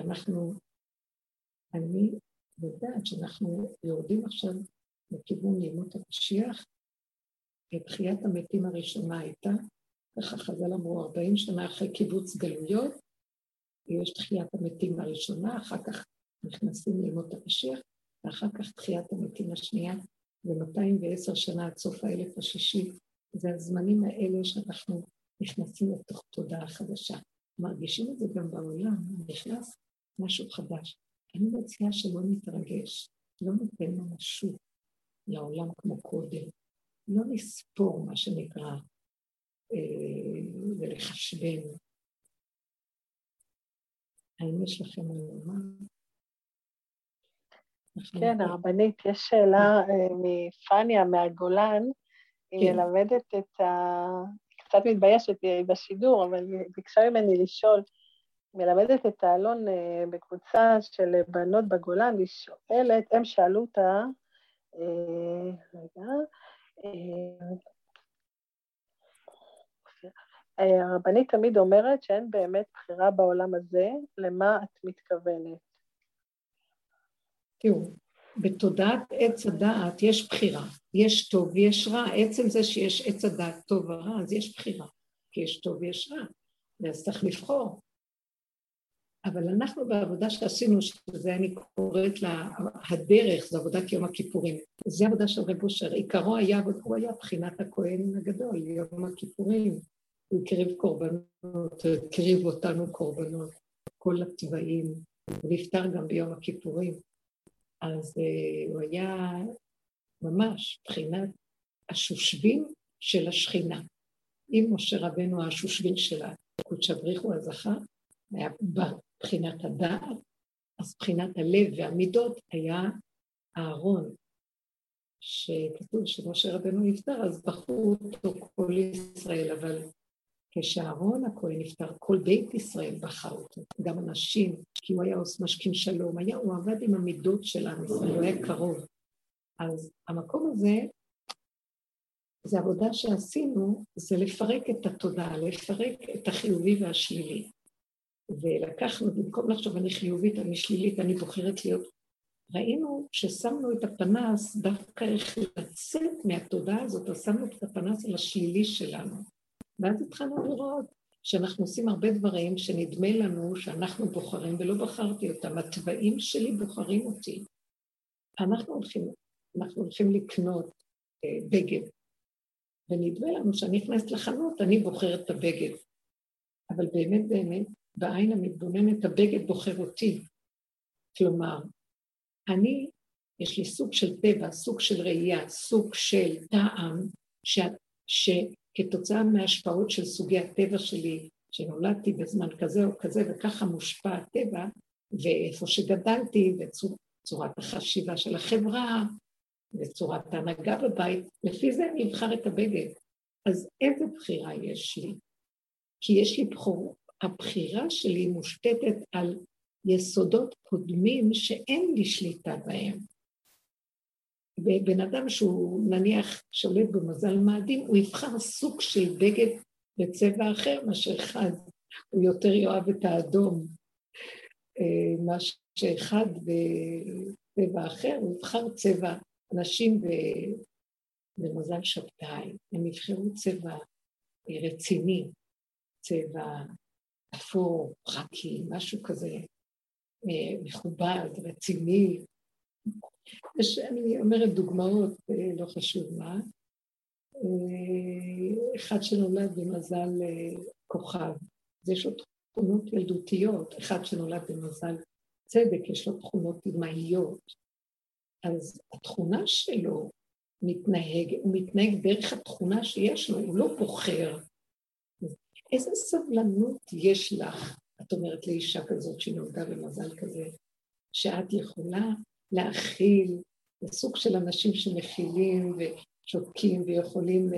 Speaker 1: אני יודעת שאנחנו יורדים עכשיו לכיוון ימות המשיח, בתחיית המתים הראשונה הייתה, ככה חז"ל אמרו 40 שנה אחרי קיבוץ גלויות, יש תחיית המתים הראשונה, אחר כך נכנסים לימות המשיח, ואחר כך תחיית המתים השנייה, ו210 שנה עד סוף האלף השישי, זה הזמנים האלה שאנחנו נכנסים לתוך תודעה חדשה. מרגישים את זה גם בעולם, נכנס משהו חדש. אני מציעה שלא נתרגש, לא ניתן ממשות לעולם כמו קודם, לא נספור מה שנקרא ולחשבן. האם יש לכם מה?
Speaker 3: כן, הרבנית, יש שאלה מפניה מהגולן, היא מלמדת קצת מתביישת בשידור, אבל היא ביקשה ממני לשאול, מלמדת את האלון בקבוצה של בנות בגולן, והיא שואלת, הם שאלו אותה, הרבנית תמיד אומרת שאין באמת בחירה בעולם הזה, למה את מתכוונת?
Speaker 1: תראו, בתודעת עץ הדעת יש בחירה, יש טוב ויש רע, עצם זה שיש עץ הדעת טוב ורע, אז יש בחירה, כי יש טוב ויש רע, ואז צריך לבחור. אבל אנחנו בעבודה שעשינו, שזה אני קוראת לה, הדרך, זו עבודת יום הכיפורים, זה עבודה של רב אושר, עיקרו היה, הוא היה בחינת הכהן הגדול, יום הכיפורים, הוא הקריב קורבנות, הוא הקריב אותנו קורבנות, כל הטבעים, הוא נפטר גם ביום הכיפורים, אז הוא היה ממש בחינת השושבין של השכינה. אם משה רבנו השושבין שלה, קודש בריחו הזכר, היה בחינת הדעת, אז בחינת הלב והמידות היה הארון, שכתוב שמשה רבנו נפטר, אז בחרו אותו כל ישראל, אבל כשהארון הכהן נפטר, כל בית ישראל בחר אותו, גם אנשים, כי הוא היה עושה משכין שלום, הוא עבד עם המידות של עם ישראל, הוא היה קרוב. אז המקום הזה, זה עבודה שעשינו, זה לפרק את התודעה, לפרק את החיובי והשלילי. ולקחנו, במקום לחשוב אני חיובית, אני שלילית, אני בוחרת להיות, ראינו ששמנו את הפנס, דווקא איך לצאת מהתודעה הזאת, אז שמנו את הפנס על השלילי שלנו. ואז התחלנו לראות שאנחנו עושים הרבה דברים שנדמה לנו שאנחנו בוחרים ולא בחרתי אותם, הטבעים שלי בוחרים אותי. אנחנו הולכים לקנות בגד, ונדמה לנו שאני נכנסת לחנות, אני בוחרת את הבגד. אבל באמת, בעין המתבוננת, הבגד בוחר אותי. כלומר, יש לי סוג של טבע, סוג של ראייה, סוג של טעם, שכתוצאה מההשפעות של סוגי הטבע שלי, שנולדתי בזמן כזה או כזה, וככה מושפע הטבע, ואיפה שגדלתי, וצורת החשיבה של החברה, וצורת ההנהגה בבית, לפי זה אני אבחר את הבגד. אז איזה בחירה יש לי? כי יש לי הבחירה שלי מושתתת על יסודות קודמים שאין לי שליטה בהם. ובן אדם שהוא נניח שולט במזל מאדים, הוא יבחר סוג של בגד בצבע אחר, מה שאחד הוא יותר יאהב את האדום, מה שאחד בצבע אחר, הוא יבחר צבע, אנשים במזל שבתאי, הם יבחרו צבע רציני, צבע אפור, חכי, משהו כזה מכובד, רציני. אני אומרת דוגמאות, לא חשוב מה. אחד שנולד במזל כוכב, אז יש לו תכונות ילדותיות, אחד שנולד במזל צדק, יש לו תכונות אמהיות. אז התכונה שלו הוא מתנהג דרך התכונה שיש לו, הוא לא בוחר. איזה סבלנות יש לך, את אומרת לאישה כזאת שנולדה במזל כזה, שאת יכולה להכיל, לסוג של אנשים שמכילים ושותקים ויכולים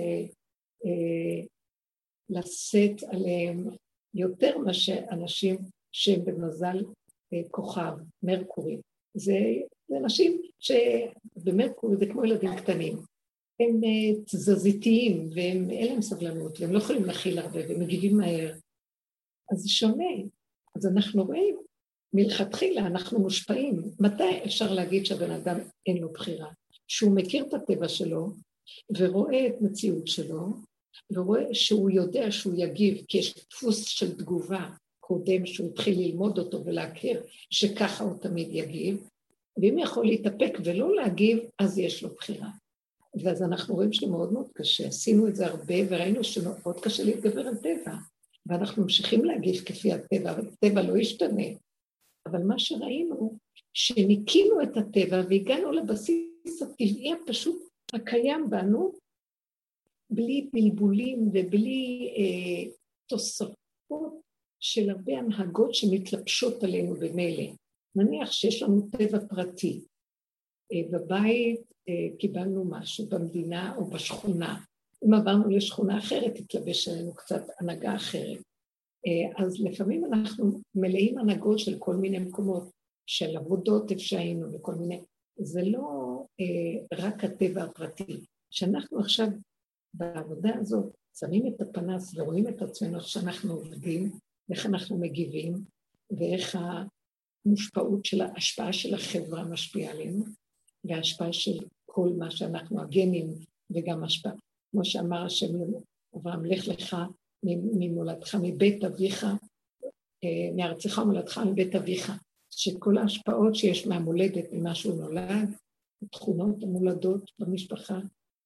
Speaker 1: לשאת עליהם יותר מאשר אנשים שהם במזל כוכב, מרקורי. זה אנשים שבמרקורי זה כמו ילדים קטנים. הם תזזיתיים, והם אין להם סבלנות, והם לא יכולים להכיל הרבה, והם מגיבים מהר. אז זה שונה. אז אנחנו רואים, מלכתחילה אנחנו מושפעים. מתי אפשר להגיד שהבן אדם אין לו בחירה? שהוא מכיר את הטבע שלו, ורואה את מציאות שלו, ורואה שהוא יודע שהוא יגיב, כי יש דפוס של תגובה קודם שהוא התחיל ללמוד אותו ולהכיר, שככה הוא תמיד יגיב, ואם יכול להתאפק ולא להגיב, אז יש לו בחירה. ואז אנחנו רואים שמאוד מאוד קשה, עשינו את זה הרבה וראינו שמאוד קשה להתגבר על טבע, ואנחנו ממשיכים להגיב כפי הטבע, אבל הטבע לא ישתנה. אבל מה שראינו, שניקינו את הטבע והגענו לבסיס הטבעי הפשוט הקיים בנו, בלי בלבולים ובלי תוספות של הרבה הנהגות שמתלבשות עלינו במילא. נניח שיש לנו טבע פרטי, בבית קיבלנו משהו במדינה או בשכונה, אם עברנו לשכונה אחרת, התלבש עלינו קצת הנהגה אחרת. אז לפעמים אנחנו מלאים הנהגות של כל מיני מקומות, של עבודות אפשרנו וכל מיני, זה לא רק הטבע הפרטי. שאנחנו עכשיו בעבודה הזאת שמים את הפנס ורואים את עצמנו שאנחנו עובדים, ואיך אנחנו מגיבים, ואיך המושפעות של ההשפעה של החברה משפיעה עלינו, וההשפעה של כל מה שאנחנו הגנים, וגם השפעה, כמו שאמר השם אברהם, לך לך ממולדך, מבית אביך, מארצך ומולדך מבית אביך, שכל ההשפעות שיש מהמולדת, ממה שהוא נולד, התכונות המולדות במשפחה,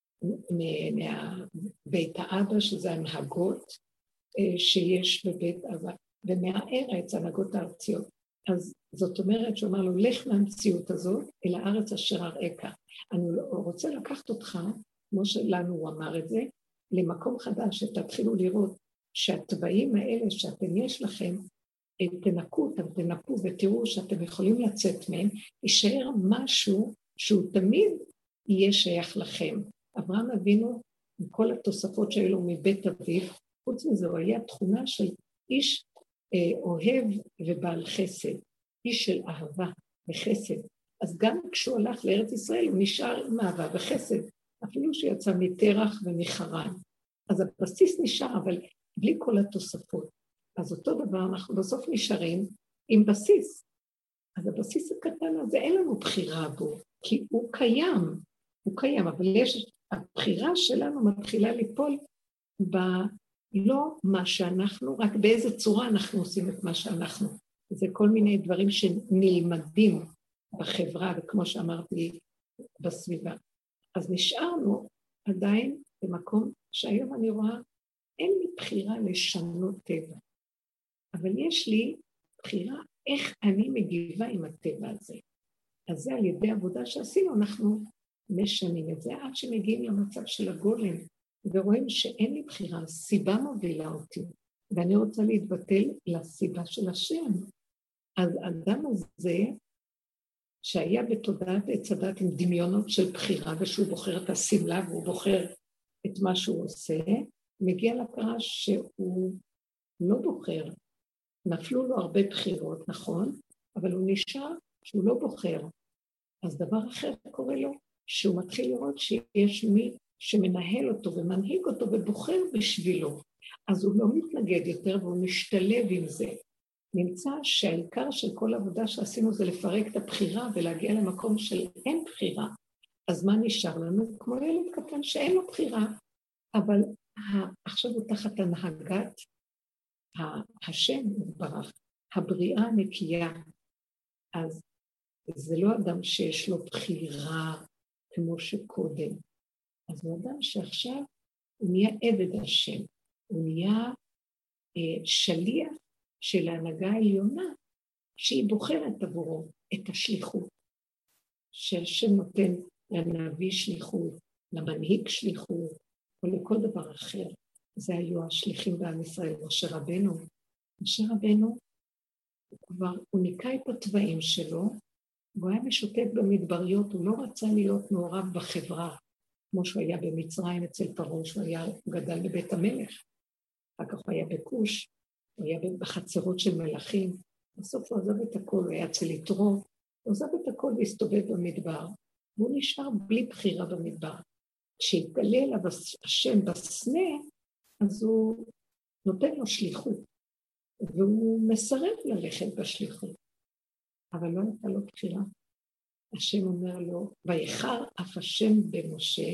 Speaker 1: מבית האבא, שזה הנהגות שיש בבית אבא, ומהארץ, הנהגות הארציות. אז זאת אומרת שאומר לו, לך מהמציאות הזאת אל הארץ אשר אראך. אני רוצה לקחת אותך, כמו שלנו הוא אמר את זה, למקום חדש, שתתחילו לראות שהטבעים האלה שאתם יש לכם, תנקו אותם, תנקו ותראו שאתם יכולים לצאת מהם, יישאר משהו שהוא תמיד יהיה שייך לכם. אברהם אבינו, עם כל התוספות שהיו לו מבית אביו, חוץ מזה הוא היה תכונה של איש אוהב ובעל חסד, איש של אהבה וחסד. אז גם כשהוא הלך לארץ ישראל הוא נשאר עם אהבה וחסד, אפילו שיצא מתרח ומחרן. אז הבסיס נשאר, אבל בלי כל התוספות. אז אותו דבר אנחנו בסוף נשארים עם בסיס. אז הבסיס הקטן הזה אין לנו בחירה בו, כי הוא קיים, אבל הבחירה שלנו מתחילה ליפול לא מה שאנחנו, רק באיזה צורה אנחנו עושים את מה שאנחנו. זה כל מיני דברים שנלמדים בחברה, וכמו שאמרתי, בסביבה. אז נשארנו עדיין במקום שהיום אני רואה, אין לי בחירה לשנות טבע, אבל יש לי בחירה איך אני מגיבה עם הטבע הזה. אז זה על ידי עבודה שעשינו, אנחנו משנים את זה, עד שמגיעים למצב של הגולם, ורואים שאין לי בחירה, סיבה מובילה אותי, ואני רוצה להתבטל לסיבה של השם. אז האדם הזה, שהיה בתודעת עץ הדת עם דמיונות של בחירה, ושהוא בוחר את הסמלה, והוא בוחר את מה שהוא עושה, מגיע להכרה שהוא לא בוחר, נפלו לו הרבה בחירות, נכון, אבל הוא נשאר שהוא לא בוחר. אז דבר אחר קורה לו, שהוא מתחיל לראות שיש מי שמנהל אותו ומנהיג אותו ובוחר בשבילו. אז הוא לא מתנגד יותר והוא משתלב עם זה. נמצא שהעיקר של כל עבודה שעשינו זה לפרק את הבחירה ולהגיע למקום של אין בחירה. אז מה נשאר לנו? כמו ילד קטן שאין לו בחירה, אבל עכשיו הוא תחת הנהגת השם יתברך, הבריאה הנקייה. אז זה לא אדם שיש לו בחירה כמו שקודם. אז הוא אדם שעכשיו הוא נהיה עבד השם, הוא נהיה שליח של ההנהגה העליונה, שהיא בוחרת עבורו את השליחות, שהשם נותן לנביא שליחות, למנהיג שליחות, או לכל דבר אחר. זה היו השליחים בעם ישראל. משה רבנו, הוא ניקה את הטבעים שלו, והוא היה משוטט במדבריות, הוא לא רצה להיות מעורב בחברה, כמו שהוא היה במצרים אצל פרעה, הוא גדל בבית המלך, אחר כך הוא היה בכוש, הוא היה בחצרות של מלכים, בסוף הוא עזב את הכל, הוא היה אצל יתרו, הוא עזב את הכל והסתובב במדבר, והוא נשאר בלי בחירה במדבר. כשהתגלה אליו השם בסנה, אז הוא נותן לו שליחות, והוא מסרב ללכת בשליחות, אבל לא הייתה לו בחירה. השם אומר לו, ויחר אף השם במשה,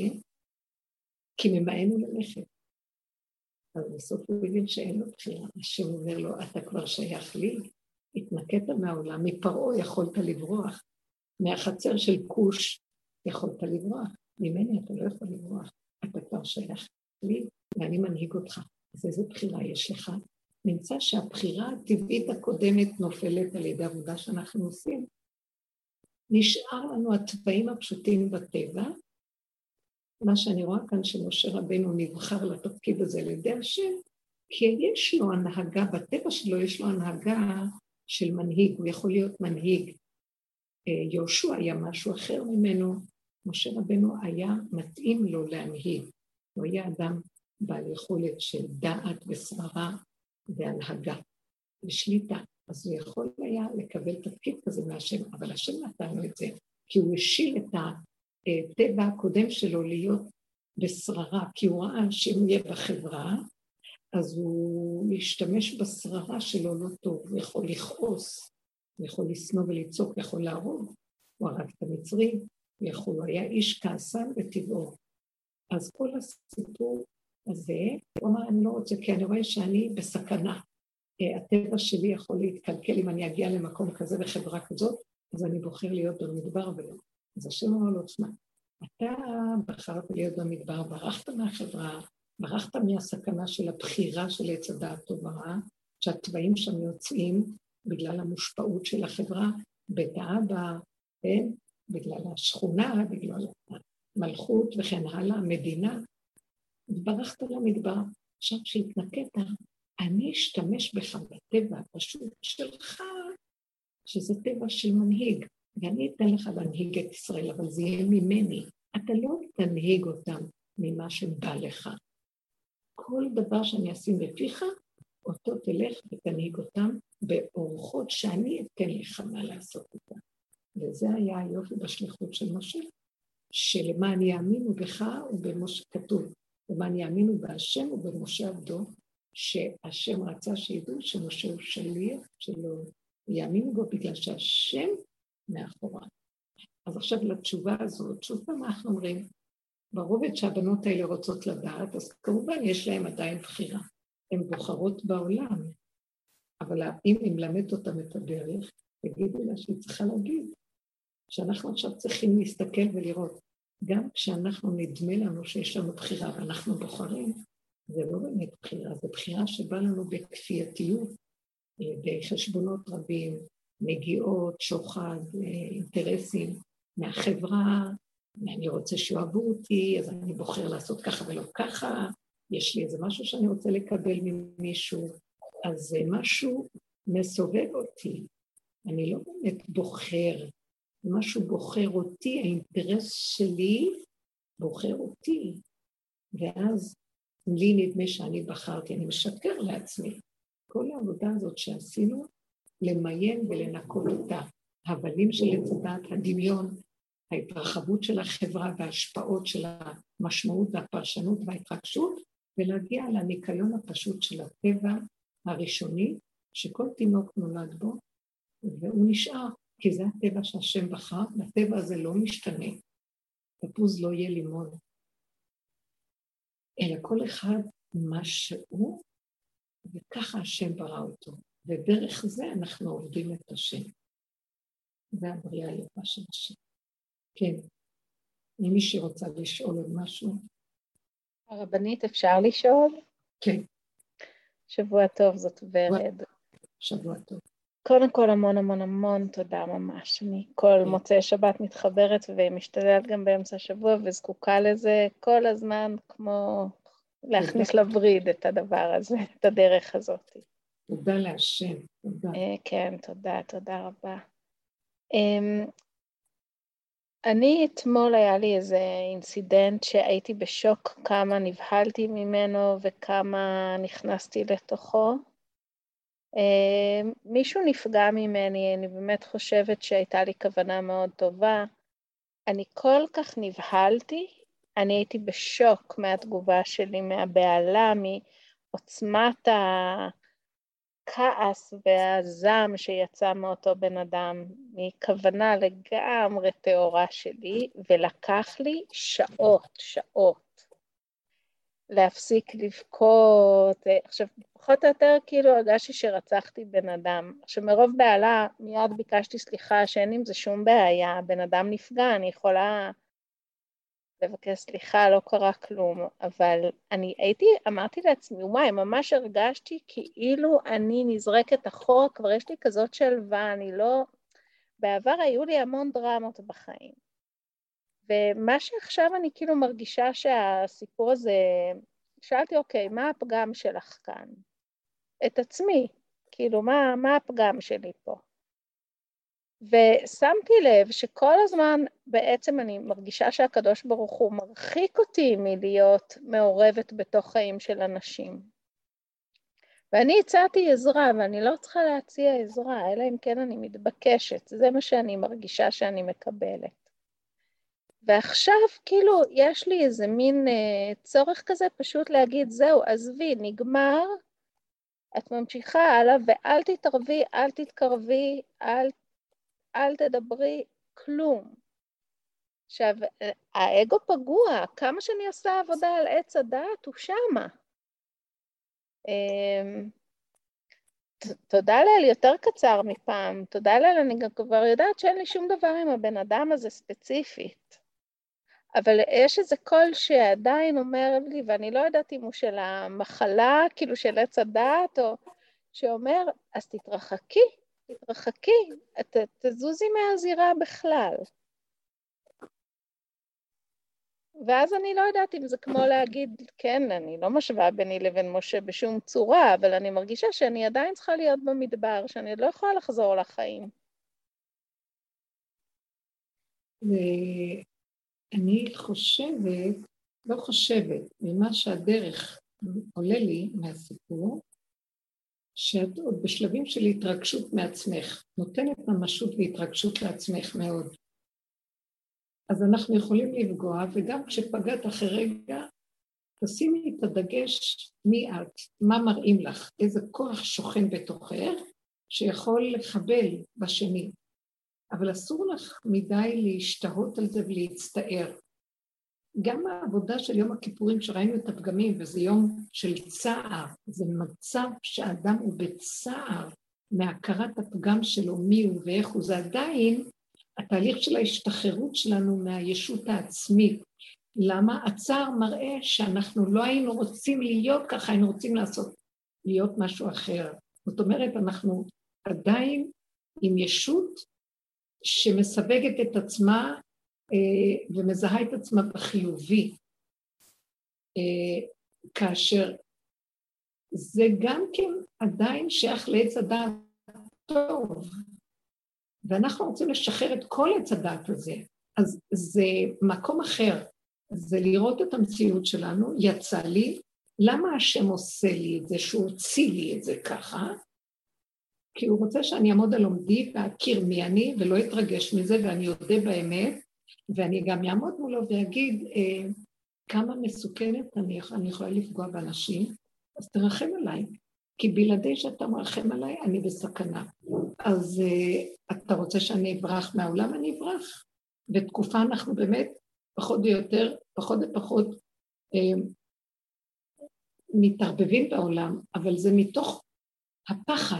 Speaker 1: כי ממאנו ללכת. אז בסוף הוא הבין שאין לו בחירה. השם אומר לו, אתה כבר שייך לי, התנקת מהעולם, מפרעה יכולת לברוח, מהחצר של כוש יכולת לברוח, ממני אתה לא יכול לברוח, אתה כבר שייך לי, ואני מנהיג אותך. אז איזו בחירה יש לך? נמצא שהבחירה הטבעית הקודמת נופלת על ידי עבודה שאנחנו עושים. נשאר לנו הטבעים הפשוטים בטבע, מה שאני רואה כאן שמשה רבנו נבחר לתפקיד הזה על ידי השם, כי יש לו הנהגה, בטבע שלו יש לו הנהגה של מנהיג, הוא יכול להיות מנהיג. יהושע היה משהו אחר ממנו, משה רבנו היה מתאים לו להנהיג, הוא היה אדם בעל יכולת של דעת ושררה והנהגה ושליטה, אז הוא יכול היה לקבל תפקיד כזה מהשם, אבל השם נתן לו את זה, כי הוא השיל את הטבע הקודם שלו להיות בשררה, כי הוא ראה שאם הוא יהיה בחברה, אז הוא ישתמש בשררה שלו לא טוב, הוא יכול לכעוס, הוא יכול לשנוא ולצעוק, הוא יכול להרוג, הוא הרג את המצרי, הוא היה איש כעסן בטבעו. אז כל הסיפור הזה, הוא אמר, אני לא רוצה, כי אני רואה שאני בסכנה. הטבע שלי יכול להתקלקל אם אני אגיע למקום כזה בחברה כזאת, אז אני בוחר להיות במדבר ולא. אז השם אמר לו, תשמע, אתה בחרת להיות במדבר, ברחת מהחברה, ברחת מהסכנה של הבחירה של עץ הדעת טוב ורע, שהטבעים שם יוצאים בגלל המושפעות של החברה, בית האבא, כן? בגלל השכונה, בגלל המלכות וכן הלאה, המדינה. ברחת למדבר, עכשיו שהתנקית, אני אשתמש בך בטבע הפשוט שלך, שזה טבע של מנהיג, ואני אתן לך להנהיג את ישראל, אבל זה יהיה ממני. אתה לא תנהיג אותם ממה שבא לך. כל דבר שאני אשים בפיך, אותו תלך ותנהיג אותם באורחות שאני אתן לך מה לעשות אותם. וזה היה היופי בשליחות של משה, שלמען יאמינו בך ובמשה כתוב, למען יאמינו בהשם ובמשה עבדו, שהשם רצה שידעו שמשה הוא שליח שלו, יאמינו בו בגלל שהשם מאחוריו. אז עכשיו לתשובה הזאת, שוב פעם אנחנו אומרים, ברובד שהבנות האלה רוצות לדעת, אז כמובן יש להם עדיין בחירה. הן בוחרות בעולם, אבל אם נמלמד אותם את הדרך, תגידו לה שהיא צריכה להגיד, שאנחנו עכשיו צריכים להסתכל ולראות, גם כשאנחנו נדמה לנו שיש לנו בחירה ואנחנו בוחרים, זה לא באמת בחירה, זה בחירה שבא לנו בכפייתיות, בחשבונות רבים, נגיעות, שוחד, אינטרסים מהחברה, אני רוצה שאוהבו אותי, אז אני בוחר לעשות ככה ולא ככה, יש לי איזה משהו שאני רוצה לקבל ממישהו, אז זה משהו מסובב אותי, אני לא באמת בוחר, משהו בוחר אותי, האינטרס שלי בוחר אותי, ואז לי נדמה שאני בחרתי, אני משקר לעצמי. כל העבודה הזאת שעשינו, למיין ולנקות אותה, הבלים של עץ הדעת, הדמיון, ההתרחבות של החברה וההשפעות של המשמעות והפרשנות וההתרגשות, ולהגיע לניקיון הפשוט של הטבע הראשוני, שכל תינוק נולד בו, והוא נשאר, כי זה הטבע שהשם בחר, והטבע הזה לא משתנה. תפוז לא יהיה לימון. אלא כל אחד מה שהוא, וככה השם ברא אותו. ודרך זה אנחנו עובדים את השם. זה הבריאה היפה של השם. כן. אם מישהי רוצה לשאול עוד משהו?
Speaker 3: הרבנית, אפשר לשאול?
Speaker 1: כן.
Speaker 3: שבוע טוב, זאת ורד.
Speaker 1: שבוע טוב.
Speaker 3: קודם כל המון המון המון תודה ממש. אני כל מוצאי שבת מתחברת ומשתדלת גם באמצע השבוע וזקוקה לזה כל הזמן כמו להכניס לבריד את הדבר הזה, את הדרך הזאת.
Speaker 1: תודה להשם, תודה.
Speaker 3: כן, תודה, תודה רבה. אני אתמול היה לי איזה אינסידנט שהייתי בשוק כמה נבהלתי ממנו וכמה נכנסתי לתוכו. מישהו נפגע ממני, אני באמת חושבת שהייתה לי כוונה מאוד טובה. אני כל כך נבהלתי, אני הייתי בשוק מהתגובה שלי, מהבעלה, מעוצמת הכעס והזעם שיצא מאותו בן אדם, מכוונה לגמרי תאורה שלי, ולקח לי שעות. להפסיק לבכות, עכשיו פחות או יותר כאילו הרגשתי שרצחתי בן אדם, עכשיו מרוב בעלה מיד ביקשתי סליחה שאין עם זה שום בעיה, בן אדם נפגע, אני יכולה
Speaker 4: לבקש סליחה, לא קרה כלום, אבל אמרתי לעצמי, וואי, ממש הרגשתי כאילו אני נזרקת אחורה, כבר יש לי כזאת שלווה, בעבר היו לי המון דרמות בחיים. ומה שעכשיו אני כאילו מרגישה שהסיפור הזה, שאלתי, אוקיי, מה הפגם שלך כאן? את עצמי, כאילו, מה הפגם שלי פה? ושמתי לב שכל הזמן בעצם אני מרגישה שהקדוש ברוך הוא מרחיק אותי מלהיות מעורבת בתוך חיים של אנשים. ואני הצעתי עזרה, ואני לא צריכה להציע עזרה, אלא אם כן אני מתבקשת. זה מה שאני מרגישה שאני מקבלת. ועכשיו כאילו יש לי איזה מין צורך כזה פשוט להגיד, זהו, עזבי, נגמר, את ממשיכה הלאה, ואל תתערבי, אל תתקרבי, אל תדברי כלום. עכשיו, האגו פגוע, כמה שאני עושה עבודה על עץ הדעת, הוא שמה. תודה לאל יותר קצר מפעם, תודה לאל, אני גם כבר יודעת שאין לי שום דבר עם הבן אדם הזה ספציפית. אבל יש איזה קול שעדיין אומר לי, ואני לא יודעת אם הוא של המחלה, כאילו של עץ הדעת, או שאומר, אז תתרחקי, תזוזי מהזירה בכלל. ואז אני לא יודעת אם זה כמו להגיד, כן, אני לא משווה ביני לבין משה בשום צורה, אבל אני מרגישה שאני עדיין צריכה להיות במדבר, שאני עוד לא יכולה לחזור לחיים.
Speaker 1: ואני לא חושבת, ממה שהדרך עולה לי מהסיפור, שאת עוד בשלבים של התרגשות מעצמך, נותנת ממשות והתרגשות לעצמך מאוד. אז אנחנו יכולים לפגוע, וגם כשפגעת אחרי רגע, תשימי את הדגש מי את, מה מראים לך, איזה כוח שוכן בתוכך, שיכול לחבל בשני. אבל אסור לך מדי להשתהות על זה ולהצטער. גם העבודה של יום הכיפורים שראינו את הפגמים, וזה יום של צער, זה מצב שהאדם הוא בצער מהכרת הפגם שלו, מי הוא ואיך הוא, זה עדיין התהליך של ההשתחררות שלנו מהישות העצמית. למה? הצער מראה שאנחנו לא היינו רוצים להיות ככה, היינו רוצים להיות משהו אחר. זאת אומרת, אנחנו עדיין עם ישות שמסווגת את עצמה ומזהה את עצמה בחיובי, כאשר זה גם כן עדיין שייך לעץ הדעת טוב, ואנחנו רוצים לשחרר את כל עץ הדעת הזה, אז זה מקום אחר, זה לראות את המציאות שלנו, יצא לי, למה השם עושה לי את זה, שהוא הוציא לי את זה ככה? כי הוא רוצה שאני אעמוד על עומדי ואכיר מי אני, ולא אתרגש מזה, ואני יודע באמת, ואני גם אעמוד מולו ואגיד כמה מסוכנת אני יכולה לפגוע באנשים, אז תרחם עליי, כי בלעדי שאתה מרחם עליי, אני בסכנה. אז אתה רוצה שאני אברח מהעולם? אני אברח. בתקופה אנחנו באמת פחות ופחות מתערבבים בעולם, אבל זה מתוך הפחד.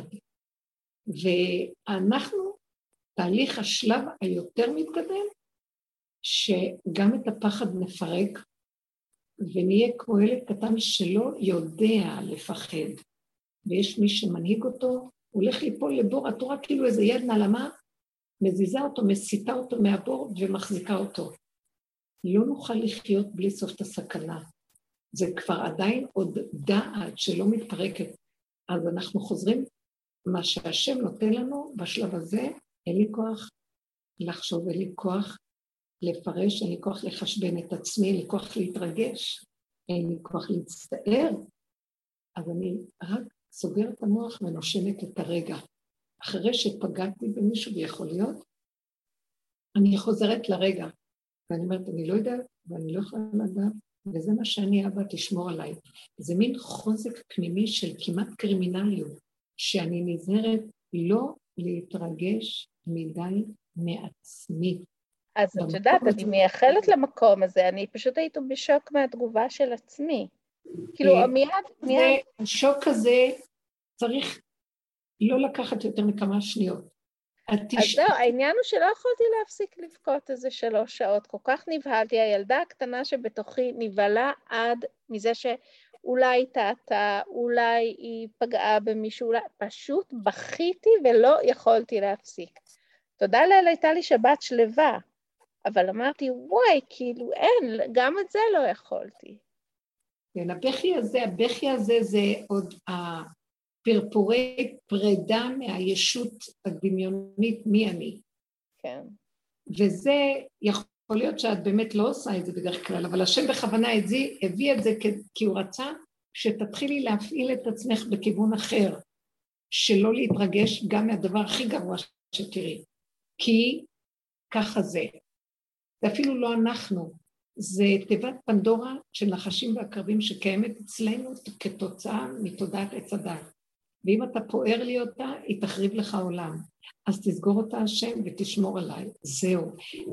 Speaker 1: ואנחנו, תהליך השלב היותר מתקדם, שגם את הפחד נפרק, ונהיה כמו ילד קטן שלא יודע לפחד, ויש מי שמנהיג אותו, הוא הולך ליפול לבור, התורה כאילו איזה יד נעלמה, מזיזה אותו, מסיתה אותו מהבור ומחזיקה אותו. לא נוכל לחיות בלי סוף את הסכנה. זה כבר עדיין עוד דעת שלא מתפרקת. אז אנחנו חוזרים, מה שהשם נותן לנו בשלב הזה, אין לי כוח לחשוב, אין לי כוח לפרש, אין לי כוח לחשבן את עצמי, אין לי כוח להתרגש, אין לי כוח להצטער, אז אני רק סוגר את המוח ונושמת את הרגע. אחרי שפגעתי במישהו ויכול להיות, אני חוזרת לרגע, ואני אומרת, אני לא יודעת, ואני לא יכולה לדעת, וזה מה שאני אבא תשמור עליי. זה מין חוזק פנימי של כמעט קרימינליות, שאני נזהרת לא להתרגש מדי מעצמי.
Speaker 4: אז את יודעת, אני מייחלת למקום הזה, אני פשוט הייתי בשוק מהתגובה של עצמי. כאילו, מיד...
Speaker 1: השוק הזה צריך לא לקחת יותר מכמה שניות.
Speaker 4: אז זהו, העניין הוא שלא יכולתי להפסיק לבכות איזה 3 שעות, כל כך נבהלתי, הילדה הקטנה שבתוכי נבהלה עד מזה שאולי היא טעתה, אולי היא פגעה במישהו, פשוט בכיתי ולא יכולתי להפסיק. תודה לאל, הייתה לי שבת שלווה, אבל אמרתי, וואי, כאילו אין, גם את זה לא יכולתי.
Speaker 1: כן, הבכי הזה זה עוד הפרפורי פרידה מהישות הדמיונית מי אני.
Speaker 4: כן.
Speaker 1: וזה יכול להיות שאת באמת לא עושה את זה בדרך כלל, אבל השם בכוונה הביא את זה כי הוא רצה שתתחילי להפעיל את עצמך בכיוון אחר, שלא להתרגש גם מהדבר הכי גרוע שתראי. כי ככה זה. זה אפילו לא אנחנו, זה תיבת פנדורה של נחשים ועקרבים שקיימת אצלנו כתוצאה מתודעת עץ הדת. ואם אתה פוער לי אותה, היא תחריב לך עולם. אז תסגור אותה השם ותשמור עליי. זהו.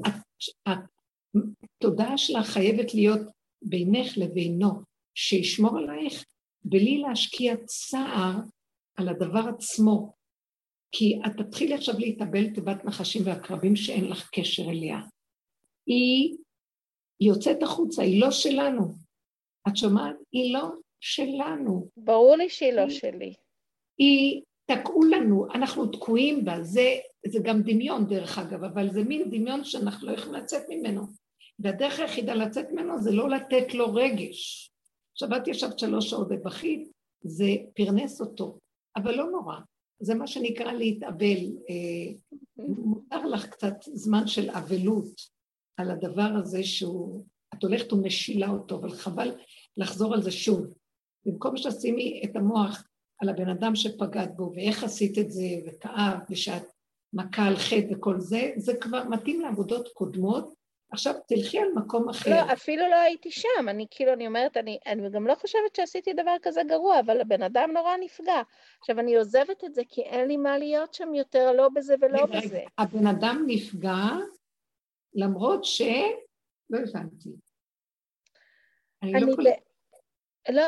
Speaker 1: התודעה שלה חייבת להיות בינך לבינו, שישמור עלייך, בלי להשקיע צער על הדבר עצמו. כי את תתחילי עכשיו להתאבל תיבת נחשים ועקרבים שאין לך קשר אליה. היא יוצאת החוצה, היא לא שלנו. את שומעת? היא לא שלנו.
Speaker 4: ברור לי שהיא לא שלי.
Speaker 1: היא תקעו לנו, אנחנו תקועים בה, זה גם דמיון דרך אגב, אבל זה מין דמיון שאנחנו לא יכולים לצאת ממנו. והדרך היחידה לצאת ממנו זה לא לתת לו רגש. שבת ישבת 3 שעות ובכית, זה פרנס אותו, אבל לא נורא. זה מה שנקרא להתאבל. מותר לך קצת זמן של אבלות על הדבר הזה שהוא, את הולכת ומשילה אותו, אבל חבל לחזור על זה שוב. במקום שתשימי את המוח על הבן אדם שפגעת בו, ואיך עשית את זה, וכאב, ושאת מכה על חטא וכל זה, זה כבר מתאים לעבודות קודמות, עכשיו תלכי על מקום אחר.
Speaker 4: לא, אפילו לא הייתי שם, אני אומרת, אני גם לא חושבת שעשיתי דבר כזה גרוע, אבל הבן אדם נורא נפגע. עכשיו, אני עוזבת את זה, כי אין לי מה להיות שם יותר, לא בזה ולא בזה.
Speaker 1: הבן אדם נפגע, למרות לא הבנתי.
Speaker 4: לא,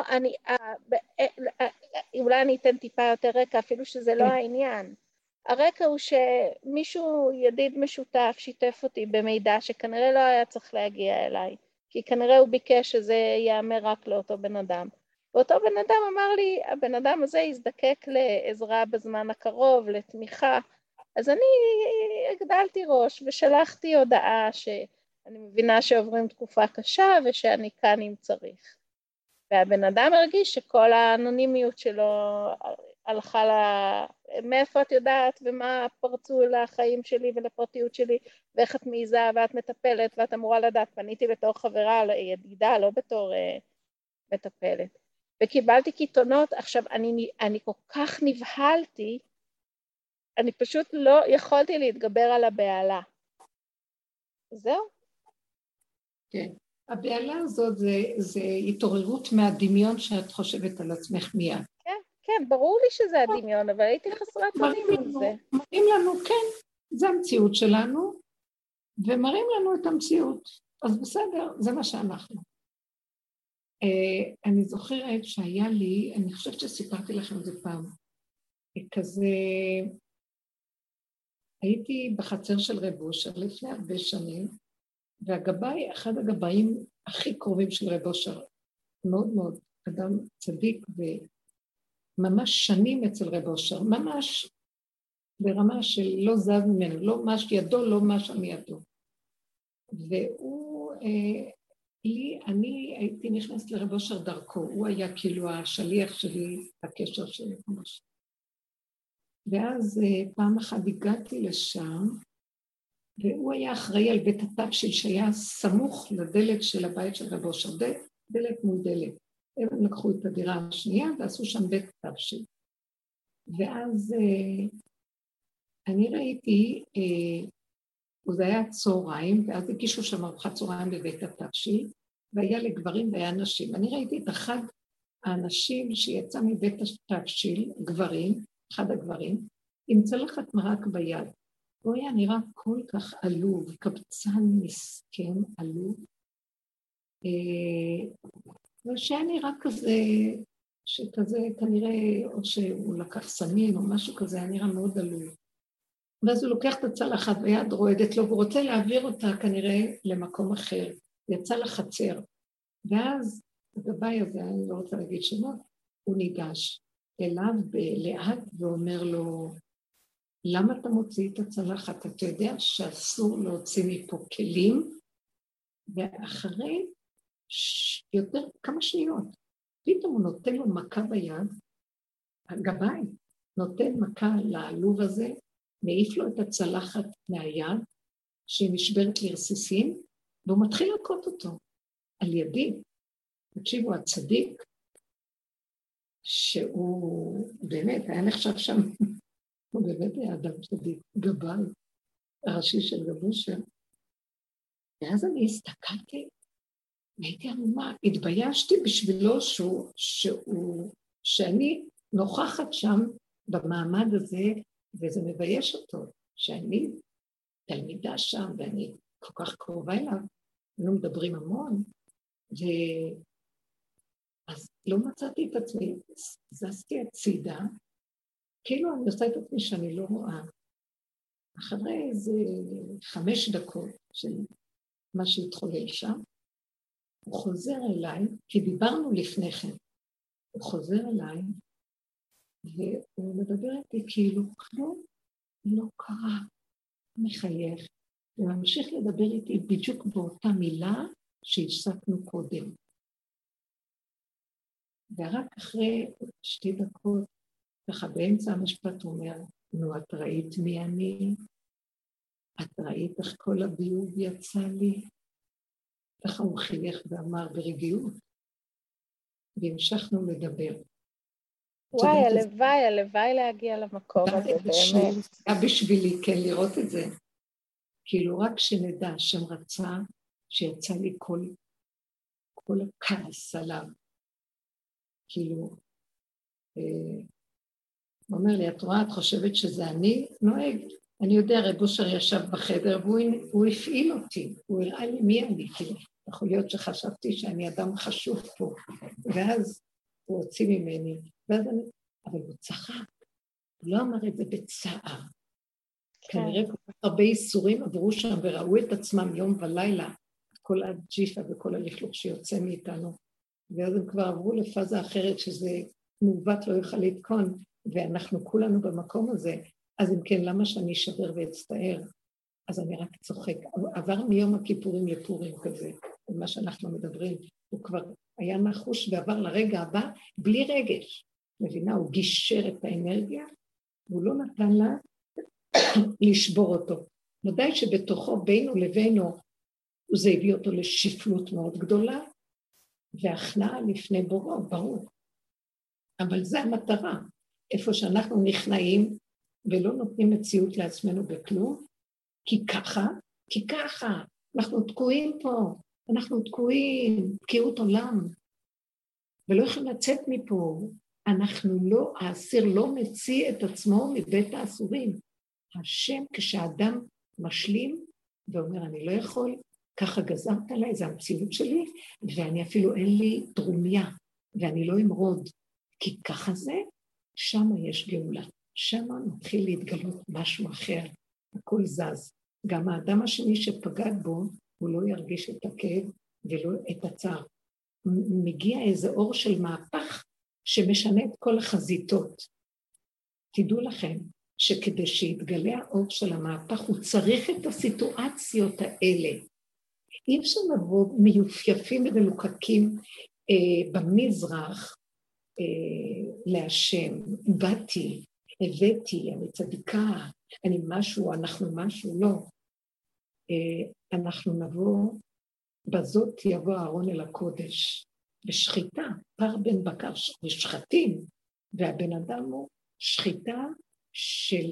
Speaker 4: אולי אני אתן טיפה יותר רקע, אפילו שזה לא העניין. הרקע הוא שמישהו, ידיד משותף, שיתף אותי במידע שכנראה לא היה צריך להגיע אליי, כי כנראה הוא ביקש שזה יאמר רק לאותו בן אדם. ואותו בן אדם אמר לי, הבן אדם הזה יזדקק לעזרה בזמן הקרוב, לתמיכה. אז אני הגדלתי ראש ושלחתי הודעה שאני מבינה שעוברים תקופה קשה ושאני כאן אם צריך. והבן אדם הרגיש שכל האנונימיות שלו הלכה מאיפה את יודעת ומה פרצו לחיים שלי ולפרטיות שלי, ואיך את מעיזה ואת מטפלת ואת אמורה לדעת. פניתי בתור חברה, ידידה, לא בתור מטפלת. וקיבלתי קיתונות. עכשיו, אני כל כך נבהלתי, אני פשוט לא יכולתי להתגבר על הבעלה. זהו.
Speaker 1: כן. הבעלה הזאת זה התעוררות מהדמיון שאת חושבת על עצמך מיד.
Speaker 4: כן, ברור לי שזה הדמיון, אבל הייתי חסרת אונים על זה.
Speaker 1: מראים לנו, כן, זה המציאות שלנו, ומראים לנו את המציאות. אז בסדר, זה מה שאנחנו. אני זוכרת שהיה לי, אני חושבת שסיפרתי לכם את זה פעם, כזה, הייתי בחצר של רב אושר לפני הרבה שנים, והגבאי, אחד הגבאים הכי קרובים של רב אושר, מאוד מאוד אדם צדיק וממש שנים אצל רב אושר, ממש ברמה של לא זז ממנו, לא מש ידו, לא מש מידו. והוא, אני הייתי נכנסת לרב אושר דרכו, הוא היה כאילו השליח שלי, הקשר שלי ממש. ואז פעם אחת הגעתי לשם, והוא היה אחראי על בית התבשיל שהיה סמוך לדלת של הבית של רב אושר, דלת מול דלת. הם לקחו את הדירה השנייה ועשו שם בית תבשיל. ואז אני ראיתי, זה היה צהריים, ואז הגישו שם ארוחת צהריים בבית התבשיל, והיה לגברים והיה נשים. אני ראיתי את אחד האנשים שיצא מבית התבשיל, גברים, אחד הגברים, עם צלחת מרק ביד. הוא היה נראה כל כך עלוב, קבצן מסכן עלוב, ושהיה נראה כזה, שכזה כנראה, או שהוא לקח סמים או משהו כזה, היה נראה מאוד עלוב. ואז הוא לוקח את הצלחת ויד רועדת לו, והוא רוצה להעביר אותה כנראה למקום אחר. יצא לחצר. ואז הגבאי הזה, אני לא רוצה להגיד שמות, הוא ניגש אליו לאט ואומר לו, למה אתה מוציא את הצלחת? אתה יודע שאסור להוציא מפה כלים, ואחרי יותר כמה שניות, פתאום הוא נותן לו מכה ביד, הגבאי נותן מכה לעלוב הזה, מעיף לו את הצלחת מהיד, שהיא נשברת לרסיסים, והוא מתחיל להכות אותו על ידי. תקשיבו, הצדיק, שהוא באמת היה נחשב שם, הוא באמת היה אדם צדיק, גבאי, הראשי של גבושר. ואז אני הסתכלתי, והייתי עמומה, התביישתי בשבילו שאני נוכחת שם במעמד הזה, וזה מבייש אותו, שאני תלמידה שם, ואני כל כך קרובה אליו, לא מדברים המון, אז לא מצאתי את עצמי, זזתי הצידה, כאילו אני עושה את עצמי שאני לא רואה. אחרי איזה 5 דקות של מה שהתחולל שם, הוא חוזר אליי, כי דיברנו לפני כן, הוא חוזר אליי, והוא מדבר איתי כאילו כלום לא קרה, מחייך, וממשיך לדבר איתי בדיוק באותה מילה שהפסקנו קודם. ורק אחרי 2 דקות, ככה באמצע המשפט הוא אומר, נו, את ראית מי אני? את ראית איך כל הביוב יצא לי? ככה הוא חייך ואמר ברגיעות, והמשכנו לדבר.
Speaker 4: וואי, הלוואי להגיע למקום הזה, באמת.
Speaker 1: היה בשבילי, כן, לראות את זה. כאילו רק שנדע, שם רצה, שיצא לי כל הכעס עליו. כאילו, הוא אומר לי, את רואה, את חושבת שזה אני נוהג? אני יודע, רב אושר ישב בחדר, והוא הפעיל אותי, הוא הראה לי מי אני, כאילו, יכול להיות שחשבתי שאני אדם חשוב פה, ואז הוא הוציא ממני, אבל הוא צחק, הוא לא אמר את זה בצער. כנראה כל כך הרבה איסורים עברו שם וראו את עצמם יום ולילה, כל הג'יפה וכל הלכלוך שיוצא מאיתנו, ואז הם כבר עברו לפאזה אחרת שזה מעוות לא יוכל לתקון, ואנחנו כולנו במקום הזה, אז אם כן, למה שאני אשבר ואצטער? אז אני רק צוחק. עבר מיום הכיפורים לפורים כזה, ומה שאנחנו מדברים, הוא כבר היה נחוש ועבר לרגע הבא, בלי רגש. מבינה, הוא גישר את האנרגיה, והוא לא נתן לה לשבור אותו. ודאי שבתוכו, בינו לבינו, זה הביא אותו לשפלות מאוד גדולה, והכנעה לפני בורו, ברור. אבל זה המטרה. איפה שאנחנו נכנעים, ולא נותנים מציאות לעצמנו בכלום, כי ככה, אנחנו תקועים פה, אנחנו תקועים, תקיעות עולם, ולא יכולים לצאת מפה, האסיר לא מציא את עצמו מבית האסורים. השם כשאדם משלים ואומר, אני לא יכול, ככה גזרת עליי, זה המציאות שלי, ואני אפילו אין לי דרומיה, ואני לא אמרוד, כי ככה זה, שם יש גאולה. שם מתחיל להתגלות משהו אחר, הכל זז. גם האדם השני שפגד בו, הוא לא ירגיש את הכאב ולא את הצער. מגיע איזה אור של מהפך שמשנה את כל החזיתות. תדעו לכם שכדי שיתגלה האור של המהפך, הוא צריך את הסיטואציות האלה. אי אפשר לבוא מיופייפים ומלוקקים במזרח להשם. באתי, הבאתי, אני צדיקה, אני משהו, אנחנו משהו, לא. אנחנו נבוא, בזאת יבוא הארון אל הקודש, בשחיטה, פר בן בקר, ושחטים, והבן אדם הוא שחיטה של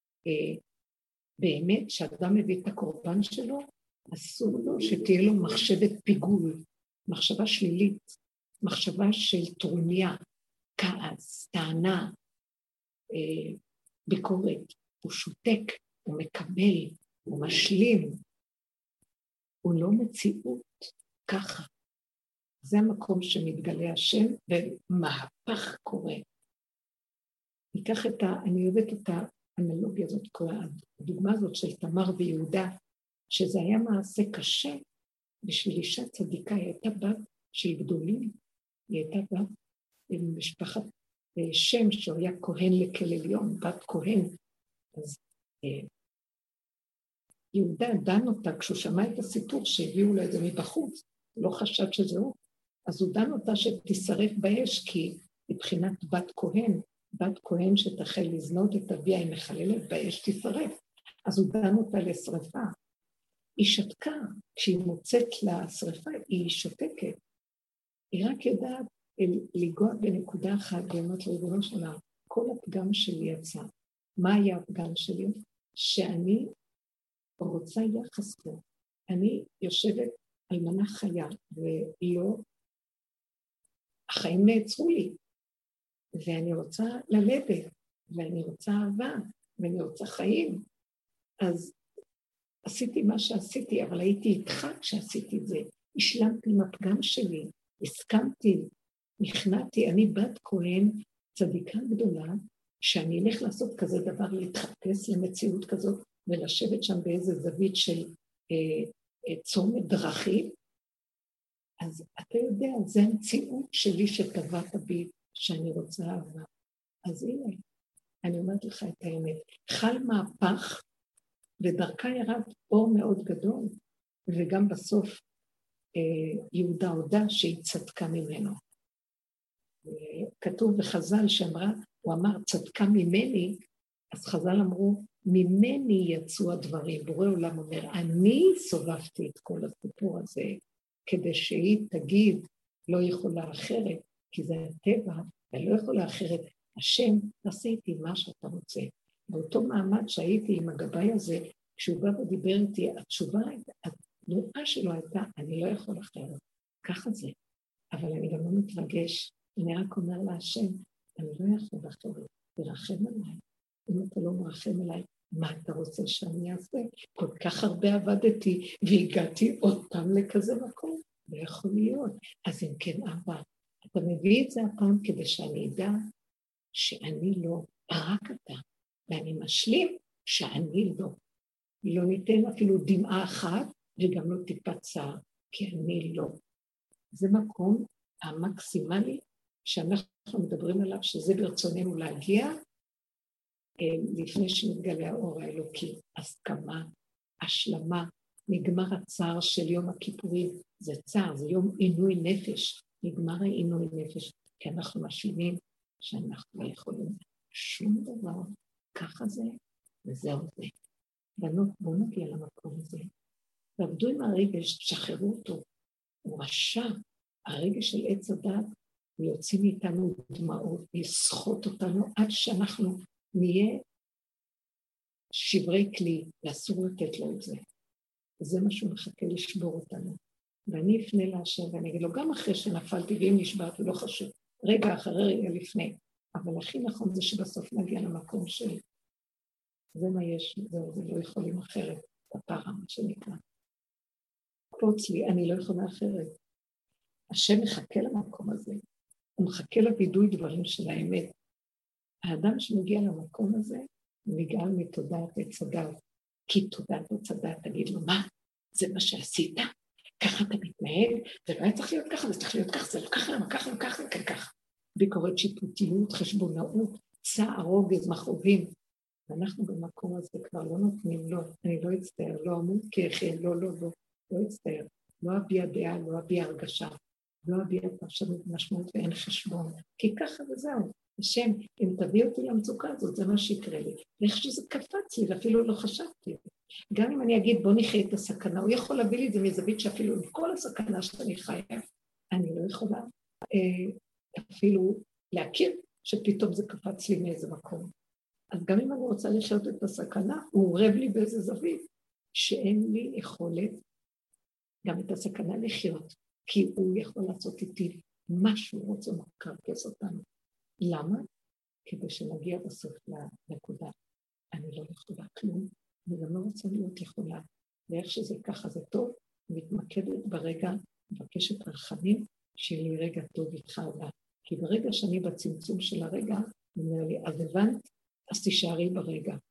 Speaker 1: באמת, שאדם מביא את הקורבן שלו, אסור לו שתהיה לו מחשבת פיגול, מחשבה שלילית, מחשבה של טרוניה, כעס, טענה, ביקורת. הוא שותק, הוא מקבל, הוא משלים, הוא לא מציאות ככה. זה המקום שמתגלה השם ומהפך קורה. ניקח אני אוהבת את האנלוגיה הזאת, כל הדוגמה הזאת של תמר ויהודה, שזה היה מעשה קשה, בשביל אישה צדיקה, היא הייתה בת של גדולים, היא הייתה בת עם משפחת שם, שהוא היה כהן לכל עליון, בת כהן. אז יהודה דן אותה, כשהוא שמע את הסיפור שהביאו לו את זה מבחוץ, הוא לא חשב שזהו, אז הוא דן אותה שתשרף באש, כי מבחינת בת כהן שתחל לזנות את אביה, היא מחללת באש תשרף, אז הוא דן אותה לשרפה. היא שתקה, כשהיא מוצאת לשרפה, היא שותקת, היא רק יודעת לגוע בנקודה אחת, ואומרת לריבונו שלה, כל הפגם שלי יצא. מה היה הפגם שלי? שאני רוצה יחס פה. אני יושבת על מנה חיה, ולא, החיים נעצרו לי, ואני רוצה ללדת, ואני רוצה אהבה, ואני רוצה חיים. אז עשיתי מה שעשיתי, אבל הייתי איתך כשעשיתי את זה. השלמתי עם הפגם שלי, הסכמתי, נכנעתי, אני בת כהן, צדיקה גדולה, שאני אלך לעשות כזה דבר, להתחפש למציאות כזאת, ולשבת שם באיזה זווית של צומת דרכים. אז אתה יודע, זה המציאות שלי שטבעת בי, שאני רוצה אהבה. אז הנה, אני אומרת לך את האמת, חל מהפך, ודרכה ירד אור מאוד גדול, וגם בסוף יהודה הודה שהיא צדקה ממנו. כתוב בחז"ל שאמרה, הוא אמר צדקה ממני, אז חז"ל אמרו, ממני יצאו הדברים. בורא עולם אומר, אני סובבתי את כל הסיפור הזה, כדי שהיא תגיד, לא יכולה אחרת, כי זה הטבע, אני לא יכולה אחרת. השם, תעשה איתי מה שאתה רוצה. באותו מעמד שהייתי עם הגבאי הזה, כשהוא בא ודיבר איתי, התשובה, התנועה שלו הייתה, אני לא יכול אחרת. ככה זה. אבל אני גם לא מתרגש. אני רק אומר להשם, אני לא יכול אחרת. תרחם עליי. אם אתה לא מרחם עליי, מה אתה רוצה שאני אעשה? כל כך הרבה עבדתי, והגעתי עוד פעם לכזה מקום. לא יכול להיות. אז אם כן, אבא, אתה מביא את זה הפעם כדי שאני אדע שאני לא, רק אתה. ואני משלים שאני לא. לא ניתן אפילו דמעה אחת, וגם לא טיפת צער, כי אני לא. זה מקום המקסימלי שאנחנו מדברים עליו, שזה ברצוננו להגיע, לפני שמתגלה האור האלוקי, הסכמה, השלמה, נגמר הצער של יום הכיפורים, זה צער, זה יום עינוי נפש, נגמר העינוי נפש, כי אנחנו משלימים שאנחנו לא יכולים שום דבר, ככה זה, וזהו זה. בנות, בואו נגיע למקום הזה, ועבדו עם הרגש, תשחררו אותו, הוא רשע, הרגש של עץ הדת, הוא יוצא מאיתנו דמעות, יסחוט אותנו עד שאנחנו נהיה שברי כלי, ואסור לתת לו את זה. זה מה שהוא מחכה לשבור אותנו. ואני אפנה להשם ואני אגיד לו, גם אחרי שנפלתי ואם נשברתי, לא חשוב, רגע אחרי רגע לפני, אבל הכי נכון זה שבסוף נגיע למקום של זה מה יש, זהו, זה לא יכולים אחרת, הפרה, מה שנקרא. קפוץ לי, אני לא יכולה אחרת. השם מחכה למקום הזה, הוא מחכה לבידוי דברים של האמת. האדם שמגיע למקום הזה, הוא נגאל מתודעת וצדת, כי תודעת וצדת, תגיד לו, מה? זה מה שעשית? ככה אתה מתנהג? זה לא היה צריך להיות ככה, זה צריך להיות ככה, זה לא ככה, למה ככה, לא ככה, כן ככה. ביקורת שיפוטיות, חשבונאות, צער, רוגז, מכאובים. ואנחנו במקום הזה כבר לא נותנים, לא, אני לא אצטער, לא אמור כיחל, לא, לא, לא, לא אצטער, לא אביע דעה, לא אביע הרגשה, לא אביע פרשנות משמעות ואין חשבון, כי ככה וזהו. השם, אם תביא אותי למצוקה הזאת, זה מה שיקרה לי. ואיך שזה קפץ לי, ואפילו לא חשבתי. גם אם אני אגיד, בוא נחיה את הסכנה, הוא יכול להביא לי את זה מזווית שאפילו עם כל הסכנה שאני חיה, אני לא יכולה אפילו להכיר שפתאום זה קפץ לי מאיזה מקום. אז גם אם אני רוצה לחיות את הסכנה, הוא עורב לי באיזה זווית, שאין לי יכולת גם את הסכנה לחיות, כי הוא יכול לעשות איתי מה שהוא רוצה מקרקס אותנו. למה? כדי שנגיע בסוף לנקודה. אני לא יכולה כלום, אני גם לא רוצה להיות יכולה. ואיך שזה ככה זה טוב, מתמקדת ברגע, מבקשת רחמים, שיהיה לי רגע טוב איתך הבא. כי ברגע שאני בצמצום של הרגע, אני אומר לי, אז הבנת, אז תישארי ברגע.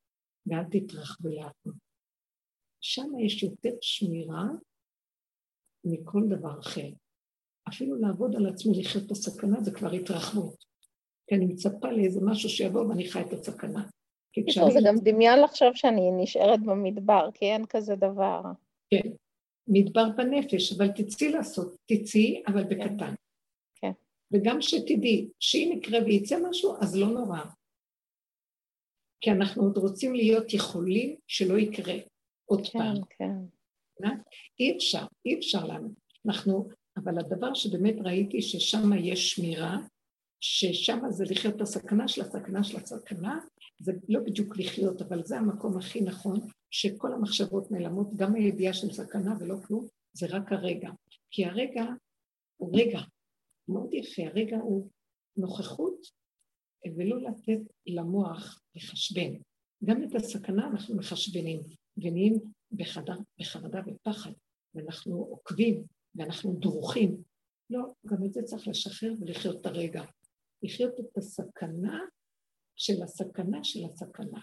Speaker 1: ואל תתרחבי לאט. שם יש יותר שמירה מכל דבר אחר. אפילו לעבוד על עצמי לחיות את הסכנה זה כבר התרחבות. כי אני מצפה לאיזה משהו שיבוא ואני חי את הסכנה.
Speaker 4: זה גם דמיון לחשוב שאני נשארת במדבר, כי אין כזה דבר.
Speaker 1: כן, מדבר בנפש, אבל תצאי לעשות, תצאי, אבל בקטן.
Speaker 4: כן.
Speaker 1: וגם שתדעי, שאם יקרה וייצא משהו, אז לא נורא. כי אנחנו עוד רוצים להיות יכולים שלא יקרה עוד פעם.
Speaker 4: כן.
Speaker 1: אי אפשר לנו. אבל הדבר שבאמת ראיתי ששם יש שמירה, ששם זה לחיות את הסכנה של הסכנה של הסכנה, זה לא בדיוק לחיות, אבל זה המקום הכי נכון, שכל המחשבות נעלמות, גם הידיעה של סכנה ולא כלום, זה רק הרגע. כי הרגע הוא רגע, מאוד יפה, הרגע הוא נוכחות, ולא לתת למוח לחשבן. גם את הסכנה אנחנו מחשבנים, ונהיים בחרדה ופחד, ואנחנו עוקבים, ואנחנו דרוכים. לא, גם את זה צריך לשחרר ולחיות את הרגע. לחיות את הסכנה של הסכנה של הסכנה.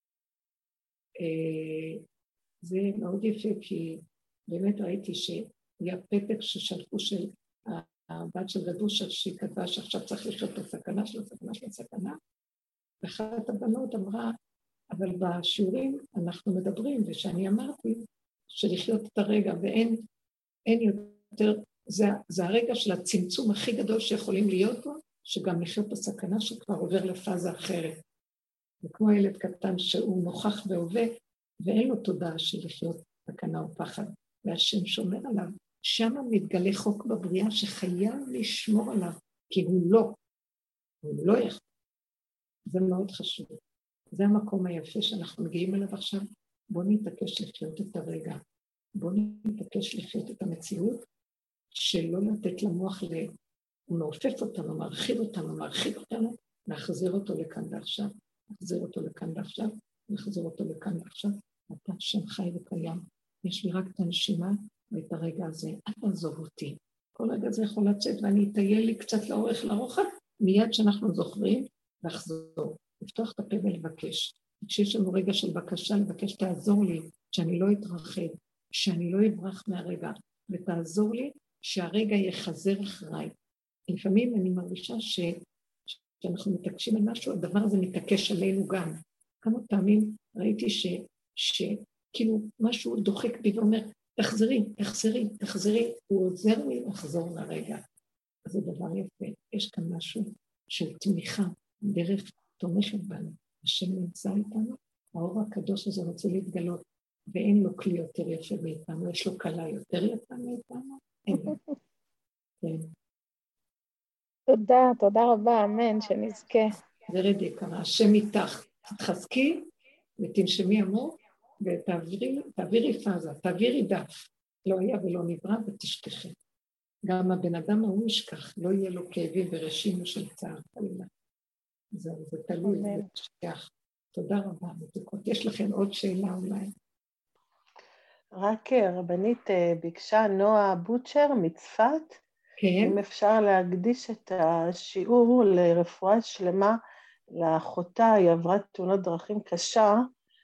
Speaker 1: זה מאוד יפה, כי באמת ראיתי שהיה פתק ששלחו של הבת של רדושה, שהיא כתבה שעכשיו צריך לחיות את הסכנה של הסכנה של הסכנה, ואחת הבנות אמרה, אבל בשיעורים אנחנו מדברים, ושאני אמרתי שלחיות את הרגע, ואין יותר, זה הרגע של הצמצום הכי גדול שיכולים להיות בו, שגם לחיות את הסכנה שכבר עובר לפאזה אחרת. וכמו ילד קטן שהוא נוכח והווה, ואין לו תודעה של לחיות סכנה או פחד, והשם שומר עליו, שם מתגלה חוק בבריאה שחייב לשמור עליו, כי הוא לא יכול. זה מאוד חשוב. זה המקום היפה שאנחנו מגיעים אליו עכשיו. בואו נתעקש לחיות את הרגע. בואו נתעקש לחיות את המציאות, שלא לתת למוח הוא מעופף אותנו, מרחיב אותנו, להחזיר אותו לכאן ועכשיו, להחזיר אותו לכאן ועכשיו, להחזיר אותו לכאן ועכשיו. אתה שם חי וקיים. יש לי רק את הנשימה ואת הרגע הזה. אל תעזוב אותי. כל רגע זה יכול לצאת ואני אטייל לי קצת לאורך לרוחב, מיד שאנחנו זוכרים לחזור. לפתוח את הפה ולבקש. כשיש לנו רגע של בקשה, לבקש תעזור לי, שאני לא אתרחב, שאני לא אברח מהרגע, ותעזור לי שהרגע יחזר אחריי. לפעמים אני מרגישה שאנחנו מתעקשים על משהו, הדבר הזה מתעקש עלינו גם. כמה פעמים ראיתי שכאילו משהו דוחק בי ואומר, תחזרי, הוא עוזר לי לחזור לרגע. אז זה דבר יפה. יש כאן משהו של תמיכה, דרך תומכת בנו. השם נמצא איתנו, האור הקדוש הזה רוצה להתגלות, ואין לו כלי יותר יפה מאיתנו, יש לו קלה יותר יפה מאיתנו, אין לו. כן.
Speaker 4: תודה רבה, אמן, שנזכה.
Speaker 1: ורד יקרה, השם איתך, תתחזקי ותנשמי עמוק, ותעבירי פאזה, תעבירי דף, לא היה ולא נברא ותשכחי. גם הבן אדם הוא משכח, לא יהיה לו כאבים ורשימו של צער, חלילה. זה תלוי, זה תשכח. תודה רבה, מתוקות. יש לכם עוד שאלה אולי?
Speaker 3: רק רבנית ביקשה נועה בוטשר מצפת,
Speaker 1: כן.
Speaker 3: אם אפשר להקדיש את השיעור לרפואה שלמה לאחותה, היא עברה תאונת דרכים קשה,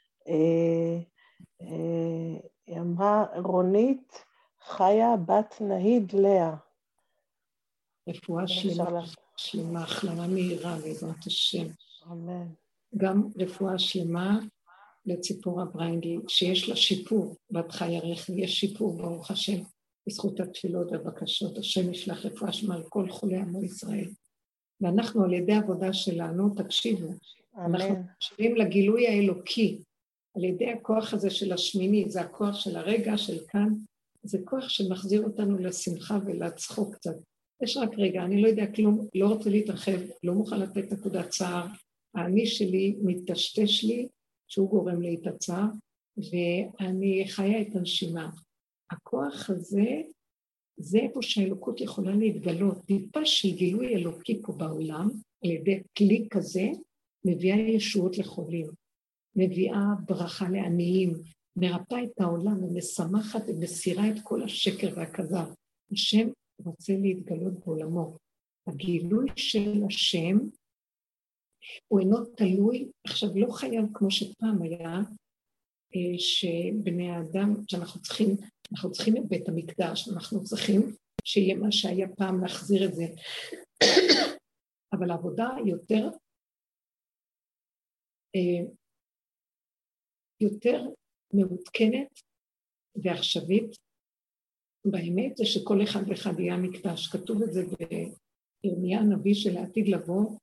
Speaker 3: היא אמרה רונית חיה בת נהיד לאה.
Speaker 1: רפואה שלמה, החלמה מהירה בעזרת השם.
Speaker 3: אמן.
Speaker 1: גם רפואה שלמה לציפורה בריינדי, שיש לה שיפור, בת חי הרחם, יש שיפור ברוך השם, בזכות התפילות והבקשות, השם ישלח רפואה שלמה על כל חולי עמו ישראל. ואנחנו על ידי העבודה שלנו, תקשיבו, אנחנו חושבים לגילוי האלוקי, על ידי הכוח הזה של השמיני, זה הכוח של הרגע, של כאן, זה כוח שמחזיר אותנו לשמחה ולצחוק קצת. יש רק רגע, אני לא יודע כלום, לא רוצה להתרחב, לא מוכן לתת נקודת צער, האני שלי מתשתש לי, שהוא גורם לי את הצער, ואני חיה את הנשימה. הכוח הזה, זה איפה שהאלוקות יכולה להתגלות, טיפה של גילוי אלוקי פה בעולם, על ידי כלי כזה, מביאה ישועות לחולים, מביאה ברכה לעניים, מרפאה את העולם ומשמחת ומסירה את כל השקר והכזב. השם רוצה להתגלות בעולמו. הגילוי של השם הוא אינו תלוי, עכשיו לא חייב כמו שפעם היה, שבני האדם, שאנחנו צריכים את בית המקדש, אנחנו צריכים שיהיה מה שהיה פעם להחזיר את זה. אבל העבודה יותר מעודכנת ועכשווית, באמת זה שכל אחד ואחד יהיה המקדש. כתוב את זה בירמיה הנביא של העתיד לבוא,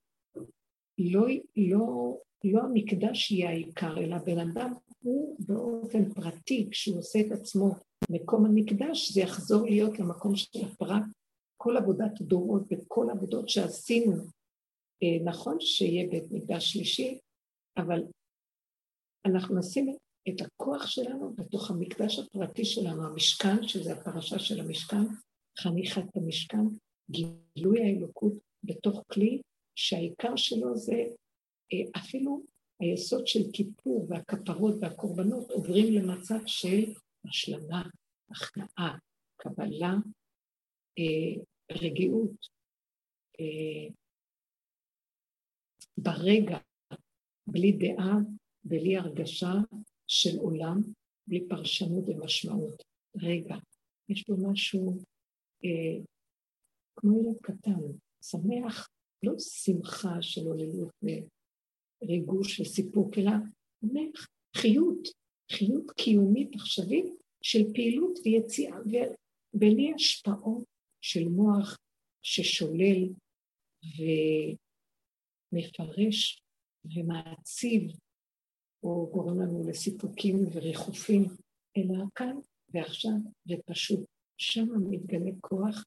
Speaker 1: לא המקדש יהיה העיקר, אלא בן אדם הוא באופן פרטי, כשהוא עושה את עצמו מקום המקדש, זה יחזור להיות למקום של הפרט. כל עבודת דורות וכל עבודות שעשינו, נכון שיהיה בית מקדש שלישי, אבל אנחנו נשים את הכוח שלנו בתוך המקדש הפרטי שלנו, המשכן, שזה הפרשה של המשכן, חניכת המשכן, גילוי האלוקות בתוך כלי, שהעיקר שלו זה אפילו היסוד של כיפור והכפרות והקורבנות עוברים למצב של השלמה, הכנעה, קבלה, רגיעות, ברגע, בלי דעה, בלי הרגשה של עולם, בלי פרשנות ומשמעות. רגע, יש לו משהו כמו ילד קטן, שמח, לא שמחה של עוללות וריגוש וסיפוק, אלא חיות קיומית עכשווית של פעילות ויציאה, ובלי השפעות של מוח ששולל ומפרש ומעציב, או גורם לנו לסיפוקים וריחופים, אלא כאן ועכשיו ופשוט. שם מתגלה כוח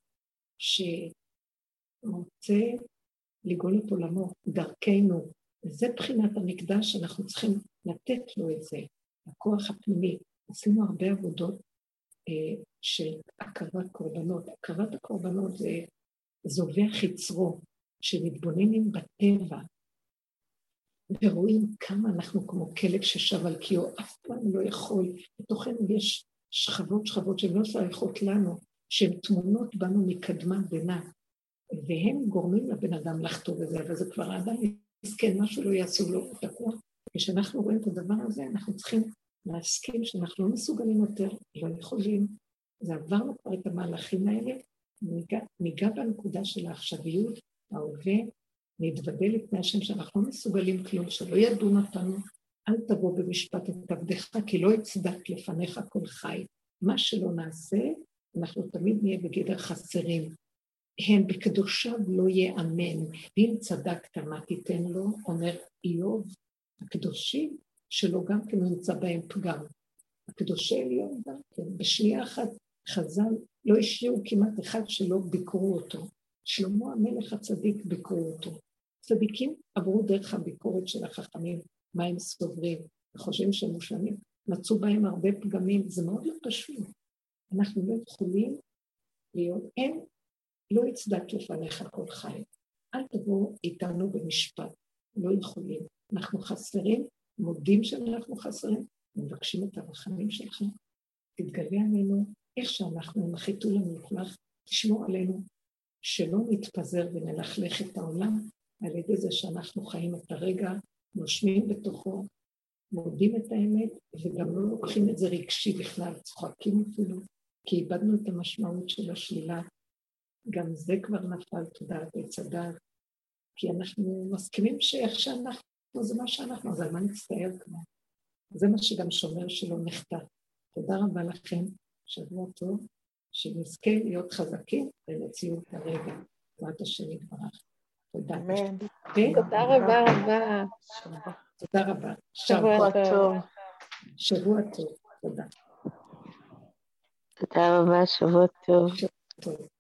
Speaker 1: שרוצה לגאול את עולמו דרכנו. וזה בחינת המקדש שאנחנו צריכים לתת לו את זה, הכוח הפנימי. עשינו הרבה עבודות של הקרבת קורבנות. הקרבת הקורבנות זה זובח יצרו, שמתבוננים בטבע, ורואים כמה אנחנו כמו כלב ששב על קיו, אף פעם לא יכול. בתוכנו יש שכבות שהן לא שייכות לנו, שהן תמונות בנו מקדמה בינה, והם גורמים לבן אדם לחטוא בזה, אבל זה כבר האדם מסכן, משהו לא יעשו לו תקוע. כשאנחנו רואים את הדבר הזה, אנחנו צריכים להסכים שאנחנו לא מסוגלים יותר, לא יכולים. זה עברנו כבר את המהלכים האלה, ניגע בנקודה של העכשוויות, ההווה, נתוודא לפני השם שאנחנו לא מסוגלים כלום, שלא ידון אותנו, אל תבוא במשפט את עבדך, כי לא יצדק לפניך כל חי. מה שלא נעשה, אנחנו תמיד נהיה בגדר חסרים. הם בקדושיו לא יאמן, ואם צדקת מה תיתן לו, אומר איוב, הקדושים שלו גם כן נמצא בהם פגם. הקדושי עליון גם כן, בשנייה אחת חז"ל לא השאירו כמעט אחד שלא ביקרו אותו. שלמה המלך הצדיק ביקרו אותו. צדיקים עברו דרך הביקורת של החכמים, מה הם סוברים, וחושבים שהם מושלמים, מצאו בהם הרבה פגמים, זה מאוד לא פשוט. אנחנו לא יכולים להיות, הם לא יצדק לפניך כל חי. אל תבוא איתנו במשפט, לא יכולים. אנחנו חסרים, מודים שאנחנו חסרים, מבקשים את הרחמים שלך, תתגלה עלינו, איך שאנחנו נחיתו לנו לך, תשמור עלינו, שלא נתפזר ונלכלך את העולם, על ידי זה שאנחנו חיים את הרגע, נושמים בתוכו, מודים את האמת, וגם לא לוקחים את זה רגשי בכלל, צוחקים אפילו, כי איבדנו את המשמעות של השלילה, גם זה כבר נפל תודעת וצדק, כי אנחנו מסכימים שאיך שאנחנו, זה מה שאנחנו, אז על מה נצטער כבר? זה מה שגם שומר שלא נחטא. תודה רבה לכם, שבוע טוב, שנזכה להיות חזקים ולציאות הרגע. תורת השם יתברך. תודה.
Speaker 3: אמן.
Speaker 4: תודה רבה רבה.
Speaker 1: תודה רבה.
Speaker 3: שבוע טוב.
Speaker 1: שבוע טוב. תודה.
Speaker 2: תודה רבה, שבוע טוב.
Speaker 1: שבוע טוב.